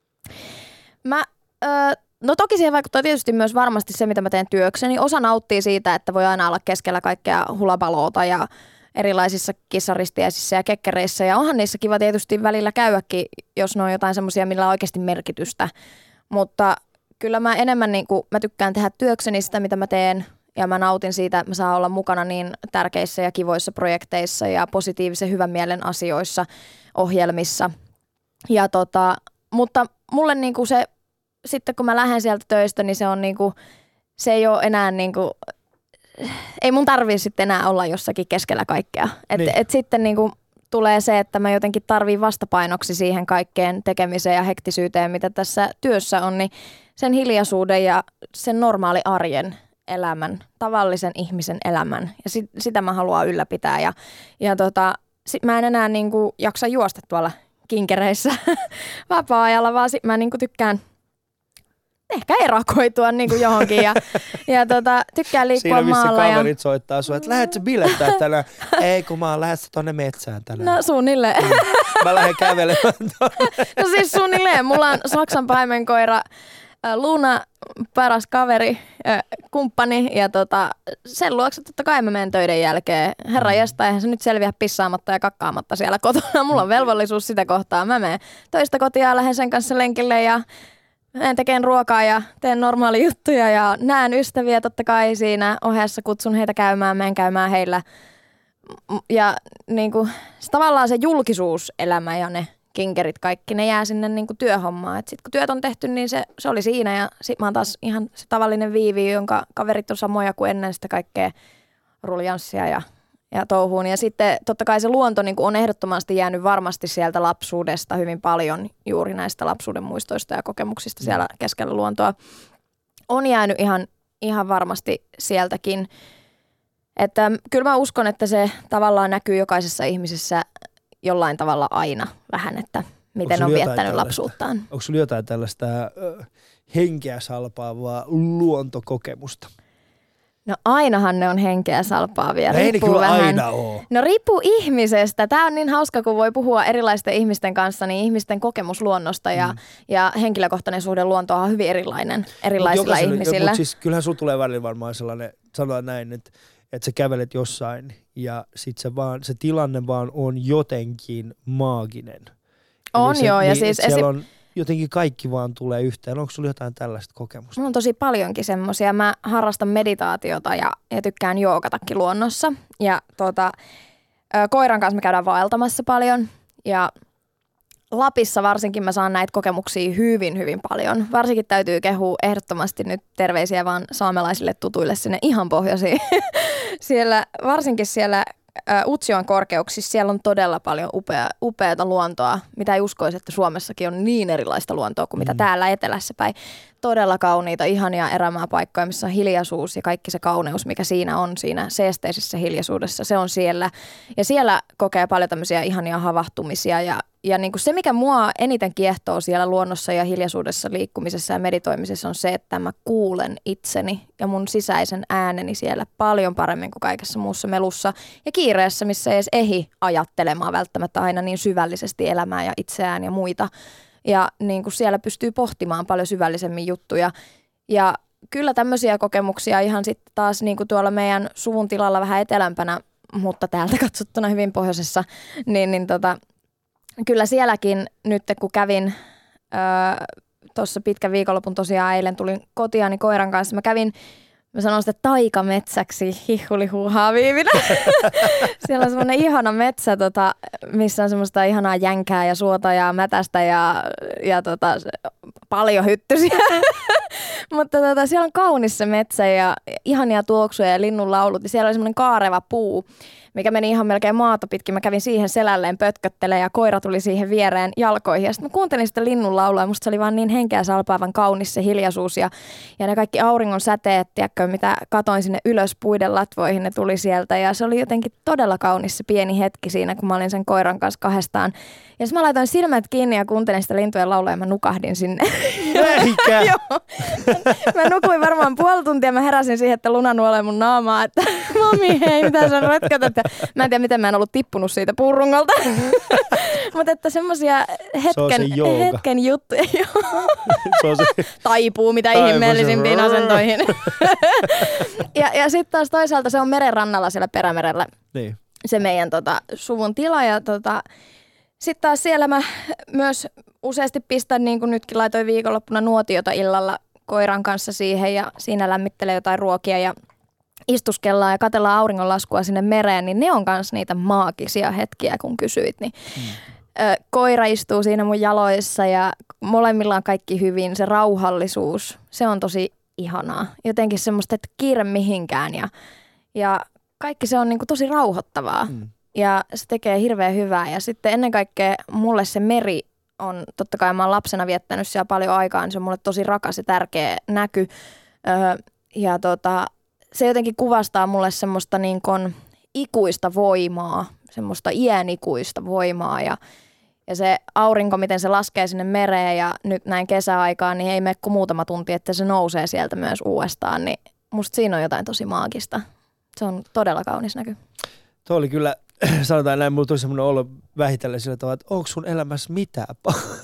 no toki siihen vaikuttaa tietysti myös varmasti se, mitä mä teen työkseni. Osa nauttii siitä, että voi aina olla keskellä kaikkea hulabaloota ja erilaisissa kissaristiäisissä ja kekkereissä. Ja onhan niissä kiva tietysti välillä käydäkin, jos ne on jotain semmoisia, millä on oikeasti merkitystä. Mutta kyllä mä enemmän mä tykkään tehdä työkseni sitä, mitä mä teen Ja mä nautin siitä, että mä saan olla mukana niin tärkeissä ja kivoissa projekteissa ja positiivisen hyvän mielen asioissa, ohjelmissa. Ja mutta mulle niinku se, sitten kun mä lähden sieltä töistä, niin se on niinku, se ei ole enää niinku, ei mun tarvii sitten enää olla jossakin keskellä kaikkea. Et sitten niinku tulee se, että mä jotenkin tarviin vastapainoksi siihen kaikkeen tekemiseen ja hektisyyteen, mitä tässä työssä on, niin sen hiljaisuuden ja sen normaali arjen elämän, tavallisen ihmisen elämän. Ja sitä mä haluan ylläpitää. Ja mä en enää niinku jaksa juosta tuolla kinkereissä vapaa-ajalla, vaan mä niinku tykkään ehkä erakoitua niinku johonkin ja tykkään liikkua siinä, missä maalla. Kaverit soittaa sua, että lähdetkö bilettää tänään? Ei, kun mä oon lähdössä tonne metsään tänään. No suunnilleen. Mä lähden kävelemään tonne. No siis suunnilleen. Mulla on Saksan paimenkoira Luna, paras kaveri, kumppani ja sen luokse totta kai mä menen töiden jälkeen. Herra jästä, eihän se nyt selviä pissaamatta ja kakkaamatta siellä kotona. Mulla on velvollisuus sitä kohtaa. Mä menen töistä kotiin ja lähden sen kanssa lenkille ja teen ruokaa ja teen normaali juttuja ja näen ystäviä totta kai siinä ohessa, kutsun heitä käymään, menen käymään heillä. Ja niinku, tavallaan se julkisuuselämä ja ne kinkerit kaikki, ne jää sinne niinku työhommaan. Sitten kun työt on tehty, niin se oli siinä ja sit mä oon taas ihan se tavallinen Viivi, jonka kaverit on samoja kuin ennen sitä kaikkea ruljanssia ja touhuun. Ja sitten totta kai se luonto niin on ehdottomasti jäänyt varmasti sieltä lapsuudesta hyvin paljon, juuri näistä lapsuuden muistoista ja kokemuksista siellä keskellä luontoa. On jäänyt ihan varmasti sieltäkin. Että kyllä mä uskon, että se tavallaan näkyy jokaisessa ihmisessä jollain tavalla aina vähän, että miten on viettänyt lapsuuttaan. Onko sulla jotain tällaista henkeä salpaavaa luontokokemusta? No ainahan ne on henkeä salpaavia. No ei ne kyllä vähän aina ole. No riippuu ihmisestä. Tämä on niin hauska, kun voi puhua erilaisten ihmisten kanssa, niin ihmisten kokemus luonnosta ja henkilökohtainen suhde luontoon on hyvin erilainen erilaisilla ihmisillä. Mutta siis kyllähän sulla tulee välillä varmaan sellainen, sanotaan näin, että sä kävelet jossain ja sit se tilanne vaan on jotenkin maaginen. On joo. Ja siis siellä on jotenkin kaikki vaan tulee yhteen. Onko sulla jotain tällaista kokemusta? Mulla on tosi paljonkin semmoisia. Mä harrastan meditaatiota ja tykkään joogatakin luonnossa. Ja koiran kanssa me käydään vaeltamassa paljon. Ja Lapissa varsinkin mä saan näitä kokemuksia hyvin, hyvin paljon. Varsinkin täytyy kehua ehdottomasti nyt terveisiä vaan saamelaisille tutuille sinne ihan pohjoisiin. Varsinkin siellä Utsjoen korkeuksissa siellä on todella paljon upeata luontoa, mitä ei uskoisi, että Suomessakin on niin erilaista luontoa kuin mitä täällä etelässä päin. Todella kauniita, ihania erämaapaikkoja, missä on hiljaisuus ja kaikki se kauneus, mikä siinä on, siinä seesteisessä hiljaisuudessa, se on siellä. Ja siellä kokee paljon tämmöisiä ihania havahtumisia ja niin kuin se, mikä mua eniten kiehtoo siellä luonnossa ja hiljaisuudessa liikkumisessa ja meditoimisessa on se, että mä kuulen itseni ja mun sisäisen ääneni siellä paljon paremmin kuin kaikessa muussa melussa ja kiireessä, missä ei edes ehdi ajattelemaan välttämättä aina niin syvällisesti elämää ja itseään ja muita. Ja niin kuin siellä pystyy pohtimaan paljon syvällisemmin juttuja. Ja kyllä tämmöisiä kokemuksia ihan sitten taas niin kuin tuolla meidän suvun tilalla vähän etelämpänä, mutta täältä katsottuna hyvin pohjoisessa, niin kyllä sielläkin nyt kun kävin tuossa pitkän viikonlopun tosiaan eilen tulin kotiani koiran kanssa, mä sanon sitä taikametsäksi, hihulihuuhaa Viivinä. Siellä on semmoinen ihana metsä, missä on semmoista ihanaa jänkää ja suota ja mätästä ja paljon hyttysiä. Mutta siellä on kaunis se metsä ja ihania tuoksuja ja linnun laulut. Ja siellä oli semmoinen kaareva puu, mikä meni ihan melkein maata pitkin. Mä kävin siihen selälleen pötköttelemään ja koira tuli siihen viereen jalkoihin. Ja sitten mä kuuntelin sitä linnun laulua ja musta se oli vaan niin henkeä salpaavan kaunis se hiljaisuus. Ja ne kaikki auringon säteet, tiedätkö, mitä katoin sinne ylös puiden latvoihin, ne tuli sieltä. Ja se oli jotenkin todella kaunis se pieni hetki siinä, kun mä olin sen koiran kanssa kahdestaan. Ja sitten mä laitoin silmät kiinni ja kuuntelin sitä lintujen laulua ja mä nukahdin sinne. Eikä! Joo. Mä nukuin varmaan puoli tuntia, mä heräsin siihen, että Luna nuolee mun naamaa, että mami hei, mitä sä rötkötät. Mä en tiedä, miten mä en ollut tippunut siitä puurungolta. Mutta että semmosia hetken juttuja taipuu mitä ihmeellisimpiin asentoihin. ja sitten taas toisaalta se on merenrannalla siellä Perämerellä. Niin. Se meidän suvun tila ja sitten taas siellä mä myös useasti pistän, niin kuin nytkin laitoin viikonloppuna nuotiota illalla koiran kanssa siihen ja siinä lämmittelee jotain ruokia ja istuskellaan ja katsellaan auringonlaskua sinne mereen, niin ne on myös niitä maagisia hetkiä, kun kysyit. Niin. Koira istuu siinä mun jaloissa ja molemmilla on kaikki hyvin. Se rauhallisuus, se on tosi ihanaa. Jotenkin semmoista, että kiire mihinkään ja kaikki se on niinku tosi rauhoittavaa. Ja se tekee hirveän hyvää. Ja sitten ennen kaikkea mulle se meri on, totta kai mä oon lapsena viettänyt siellä paljon aikaa, niin se on mulle tosi rakas ja tärkeä näky. Ja se jotenkin kuvastaa mulle semmoista niin kuin ikuista voimaa, semmoista iänikuista voimaa ja se aurinko, miten se laskee sinne mereen ja nyt näin kesäaikaan, niin ei mene kuin muutama tunti, että se nousee sieltä myös uudestaan, niin musta siinä on jotain tosi maagista. Se on todella kaunis näky. Tuo oli kyllä, sanotaan näin, mulla tuli semmoinen olo vähitellen sillä tavalla, että onko sun elämässä mitään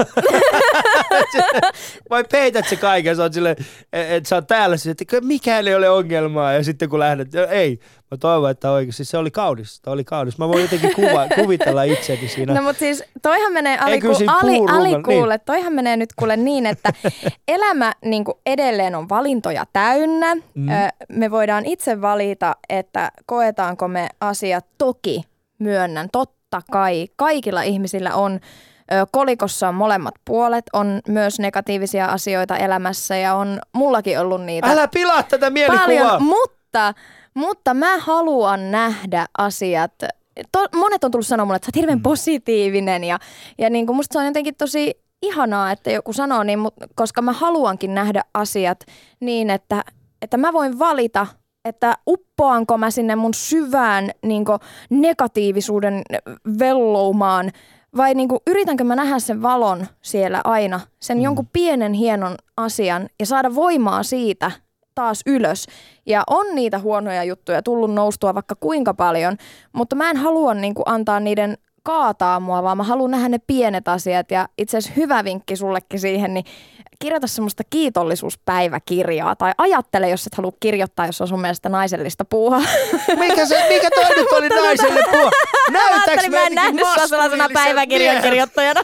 vai peität se kaiken, sä oot silleen, että sä oot täällä, että mikään ei ole ongelmaa ja sitten kun lähdet, ei, mä toivon, että oikeasti se oli kaunis, mä voin jotenkin kuvitella itseäni siinä. No mutta siis toihan menee toihan menee nyt kuule niin, että elämä niin kuin edelleen on valintoja täynnä, me voidaan itse valita, että koetaanko me asiat, toki myönnän, totta kai, kaikilla ihmisillä on. Kolikossa on molemmat puolet, on myös negatiivisia asioita elämässä ja on mullakin ollut niitä. Älä pilaa tätä mielikuvaa! Paljon, mutta mä haluan nähdä asiat. Monet on tullut sanoa mulle, että sä oot hirveän positiivinen ja niin kuin musta se on jotenkin tosi ihanaa, että joku sanoo niin, koska mä haluankin nähdä asiat niin, että mä voin valita, että uppoanko mä sinne mun syvään niin kuin negatiivisuuden velloumaan vai niin kuin, yritänkö mä nähdä sen valon siellä aina, sen jonkun pienen hienon asian ja saada voimaa siitä taas ylös. Ja on niitä huonoja juttuja tullut noustua vaikka kuinka paljon, mutta mä en halua niin kuin, antaa niiden kaataa mua, vaan mä haluan nähdä ne pienet asiat. Ja itse asiassa hyvä vinkki sullekin siihen, niin kirjoita semmoista kiitollisuuspäiväkirjaa tai ajattele, jos et halua kirjoittaa, jos on sun mielestä naisellista puuhaa. Mikä toi nyt oli naisellinen puuha? Näytäks mä en nähnyt sua sellaisena päiväkirjan kirjoittajana.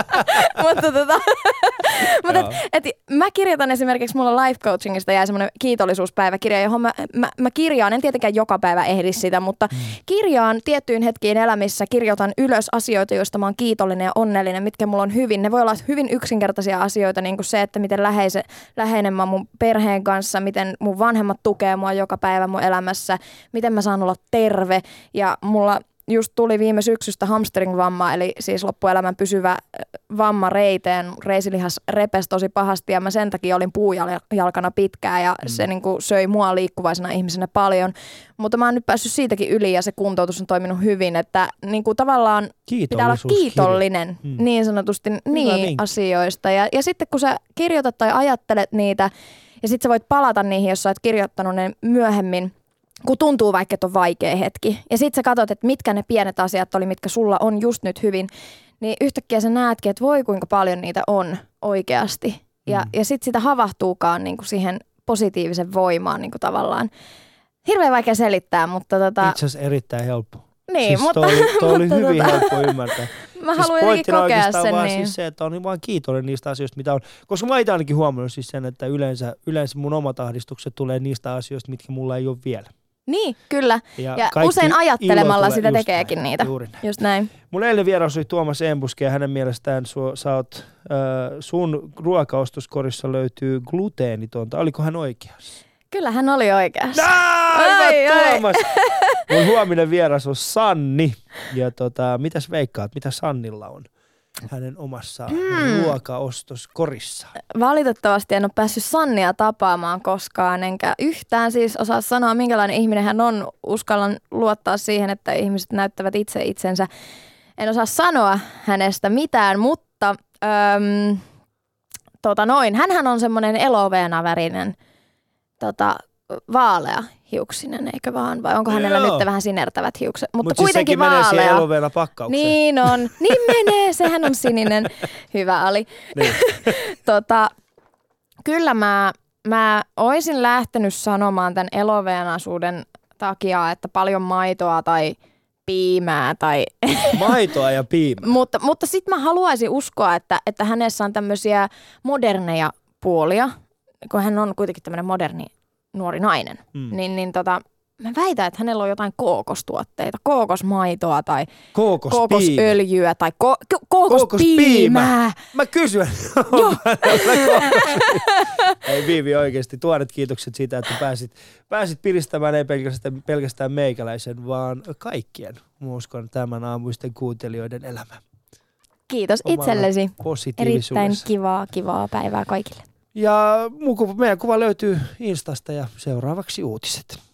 mutta mä kirjoitan esimerkiksi, mulla life coachingista jää semmoinen kiitollisuuspäiväkirja, johon mä kirjaan, en tietenkään joka päivä ehdi sitä, mutta kirjaan tiettyyn hetkiin elämissä, kirjoitan ylös asioita, joista mä oon kiitollinen ja onnellinen, mitkä mulla on hyvin. Ne voi olla hyvin yksinkertaisia asioita, niin kuin se, että miten läheinen mä oon mun perheen kanssa, miten mun vanhemmat tukee mua joka päivä mun elämässä, miten mä saan olla terve ja mulla just tuli viime syksystä hamstring-vamma, eli siis loppuelämän pysyvä vamma reiteen. Reisilihas repesi tosi pahasti ja mä sen takia olin puujalkana pitkään ja se niin kuin söi mua liikkuvaisena ihmisenä paljon. Mutta mä oon nyt päässyt siitäkin yli ja se kuntoutus on toiminut hyvin, että niin kuin tavallaan pitää olla kiitollinen niin sanotusti asioista. Ja sitten kun sä kirjoitat tai ajattelet niitä ja sitten sä voit palata niihin, jos sä oot kirjoittanut ne myöhemmin, kun tuntuu vaikka, että on vaikea hetki. Ja sit sä katsot, että mitkä ne pienet asiat oli, mitkä sulla on just nyt hyvin. Niin yhtäkkiä sä näetkin, että voi kuinka paljon niitä on oikeasti. Ja sit sitä havahtuukaan niin kuin siihen positiivisen voimaan niin kuin tavallaan. Hirveän vaikea selittää, mutta itse asiassa erittäin helppo. Niin, siis mutta toi oli hyvin helppo ymmärtää. Mä haluan jotenkin kokea sen vaan niin. Siis se, että on vaan kiitollinen niistä asioista, mitä on. Koska mä itse ainakin huomannut siis sen, että yleensä mun omat ahdistukset tulee niistä asioista, mitkä mulla ei ole vielä. Niin, kyllä. Ja usein ajattelemalla sitä tekeekin näin, niitä. Just näin. Mun eilen vieras oli Tuomas Embuske ja hänen mielestään sun ruokaostoskorissa löytyy gluteenitonta. Oliko hän oikeassa? Kyllä hän oli oikeassa. Hyvä Tuomas! Mun huominen vieras on Sanni. Ja mitäs veikkaat, mitä Sannilla on hänen omassa ruokaostoskorissa? Valitettavasti en ole päässyt Sannia tapaamaan koskaan, enkä yhtään siis osaa sanoa, minkälainen ihminen hän on. Uskallan luottaa siihen, että ihmiset näyttävät itse itsensä. En osaa sanoa hänestä mitään, mutta hänhän on semmoinen eloveenavärinen vaalea hiuksinen, eikö vaan? Vai onko hänellä nyt vähän sinertävät hiukset? Mutta kuitenkin siis vaalea. Menee siihen eloveena pakkaukseen. Niin on. Niin menee. Sehän on sininen. Hyvä Ali. Niin. Kyllä mä oisin lähtenyt sanomaan tämän eloveenasuuden takia, että paljon maitoa tai piimää tai maitoa ja piimää. mutta sitten mä haluaisin uskoa, että hänessä on tämmöisiä moderneja puolia, kun hän on kuitenkin tämmöinen moderni nuori nainen, niin mä väitän, että hänellä on jotain kookostuotteita, kookosmaitoa tai Kookospiimä. kookosöljyä tai kookospiimää. Mä kysyn. Ei Viivi oikeasti. Tuoret kiitokset siitä, että pääsit piristämään ei pelkästään meikäläisen, vaan kaikkien, uskon, tämän aamuisten kuuntelijoiden elämä. Kiitos itsellesi. Erittäin kivaa päivää kaikille. Ja meidän kuva löytyy Instasta ja seuraavaksi uutiset.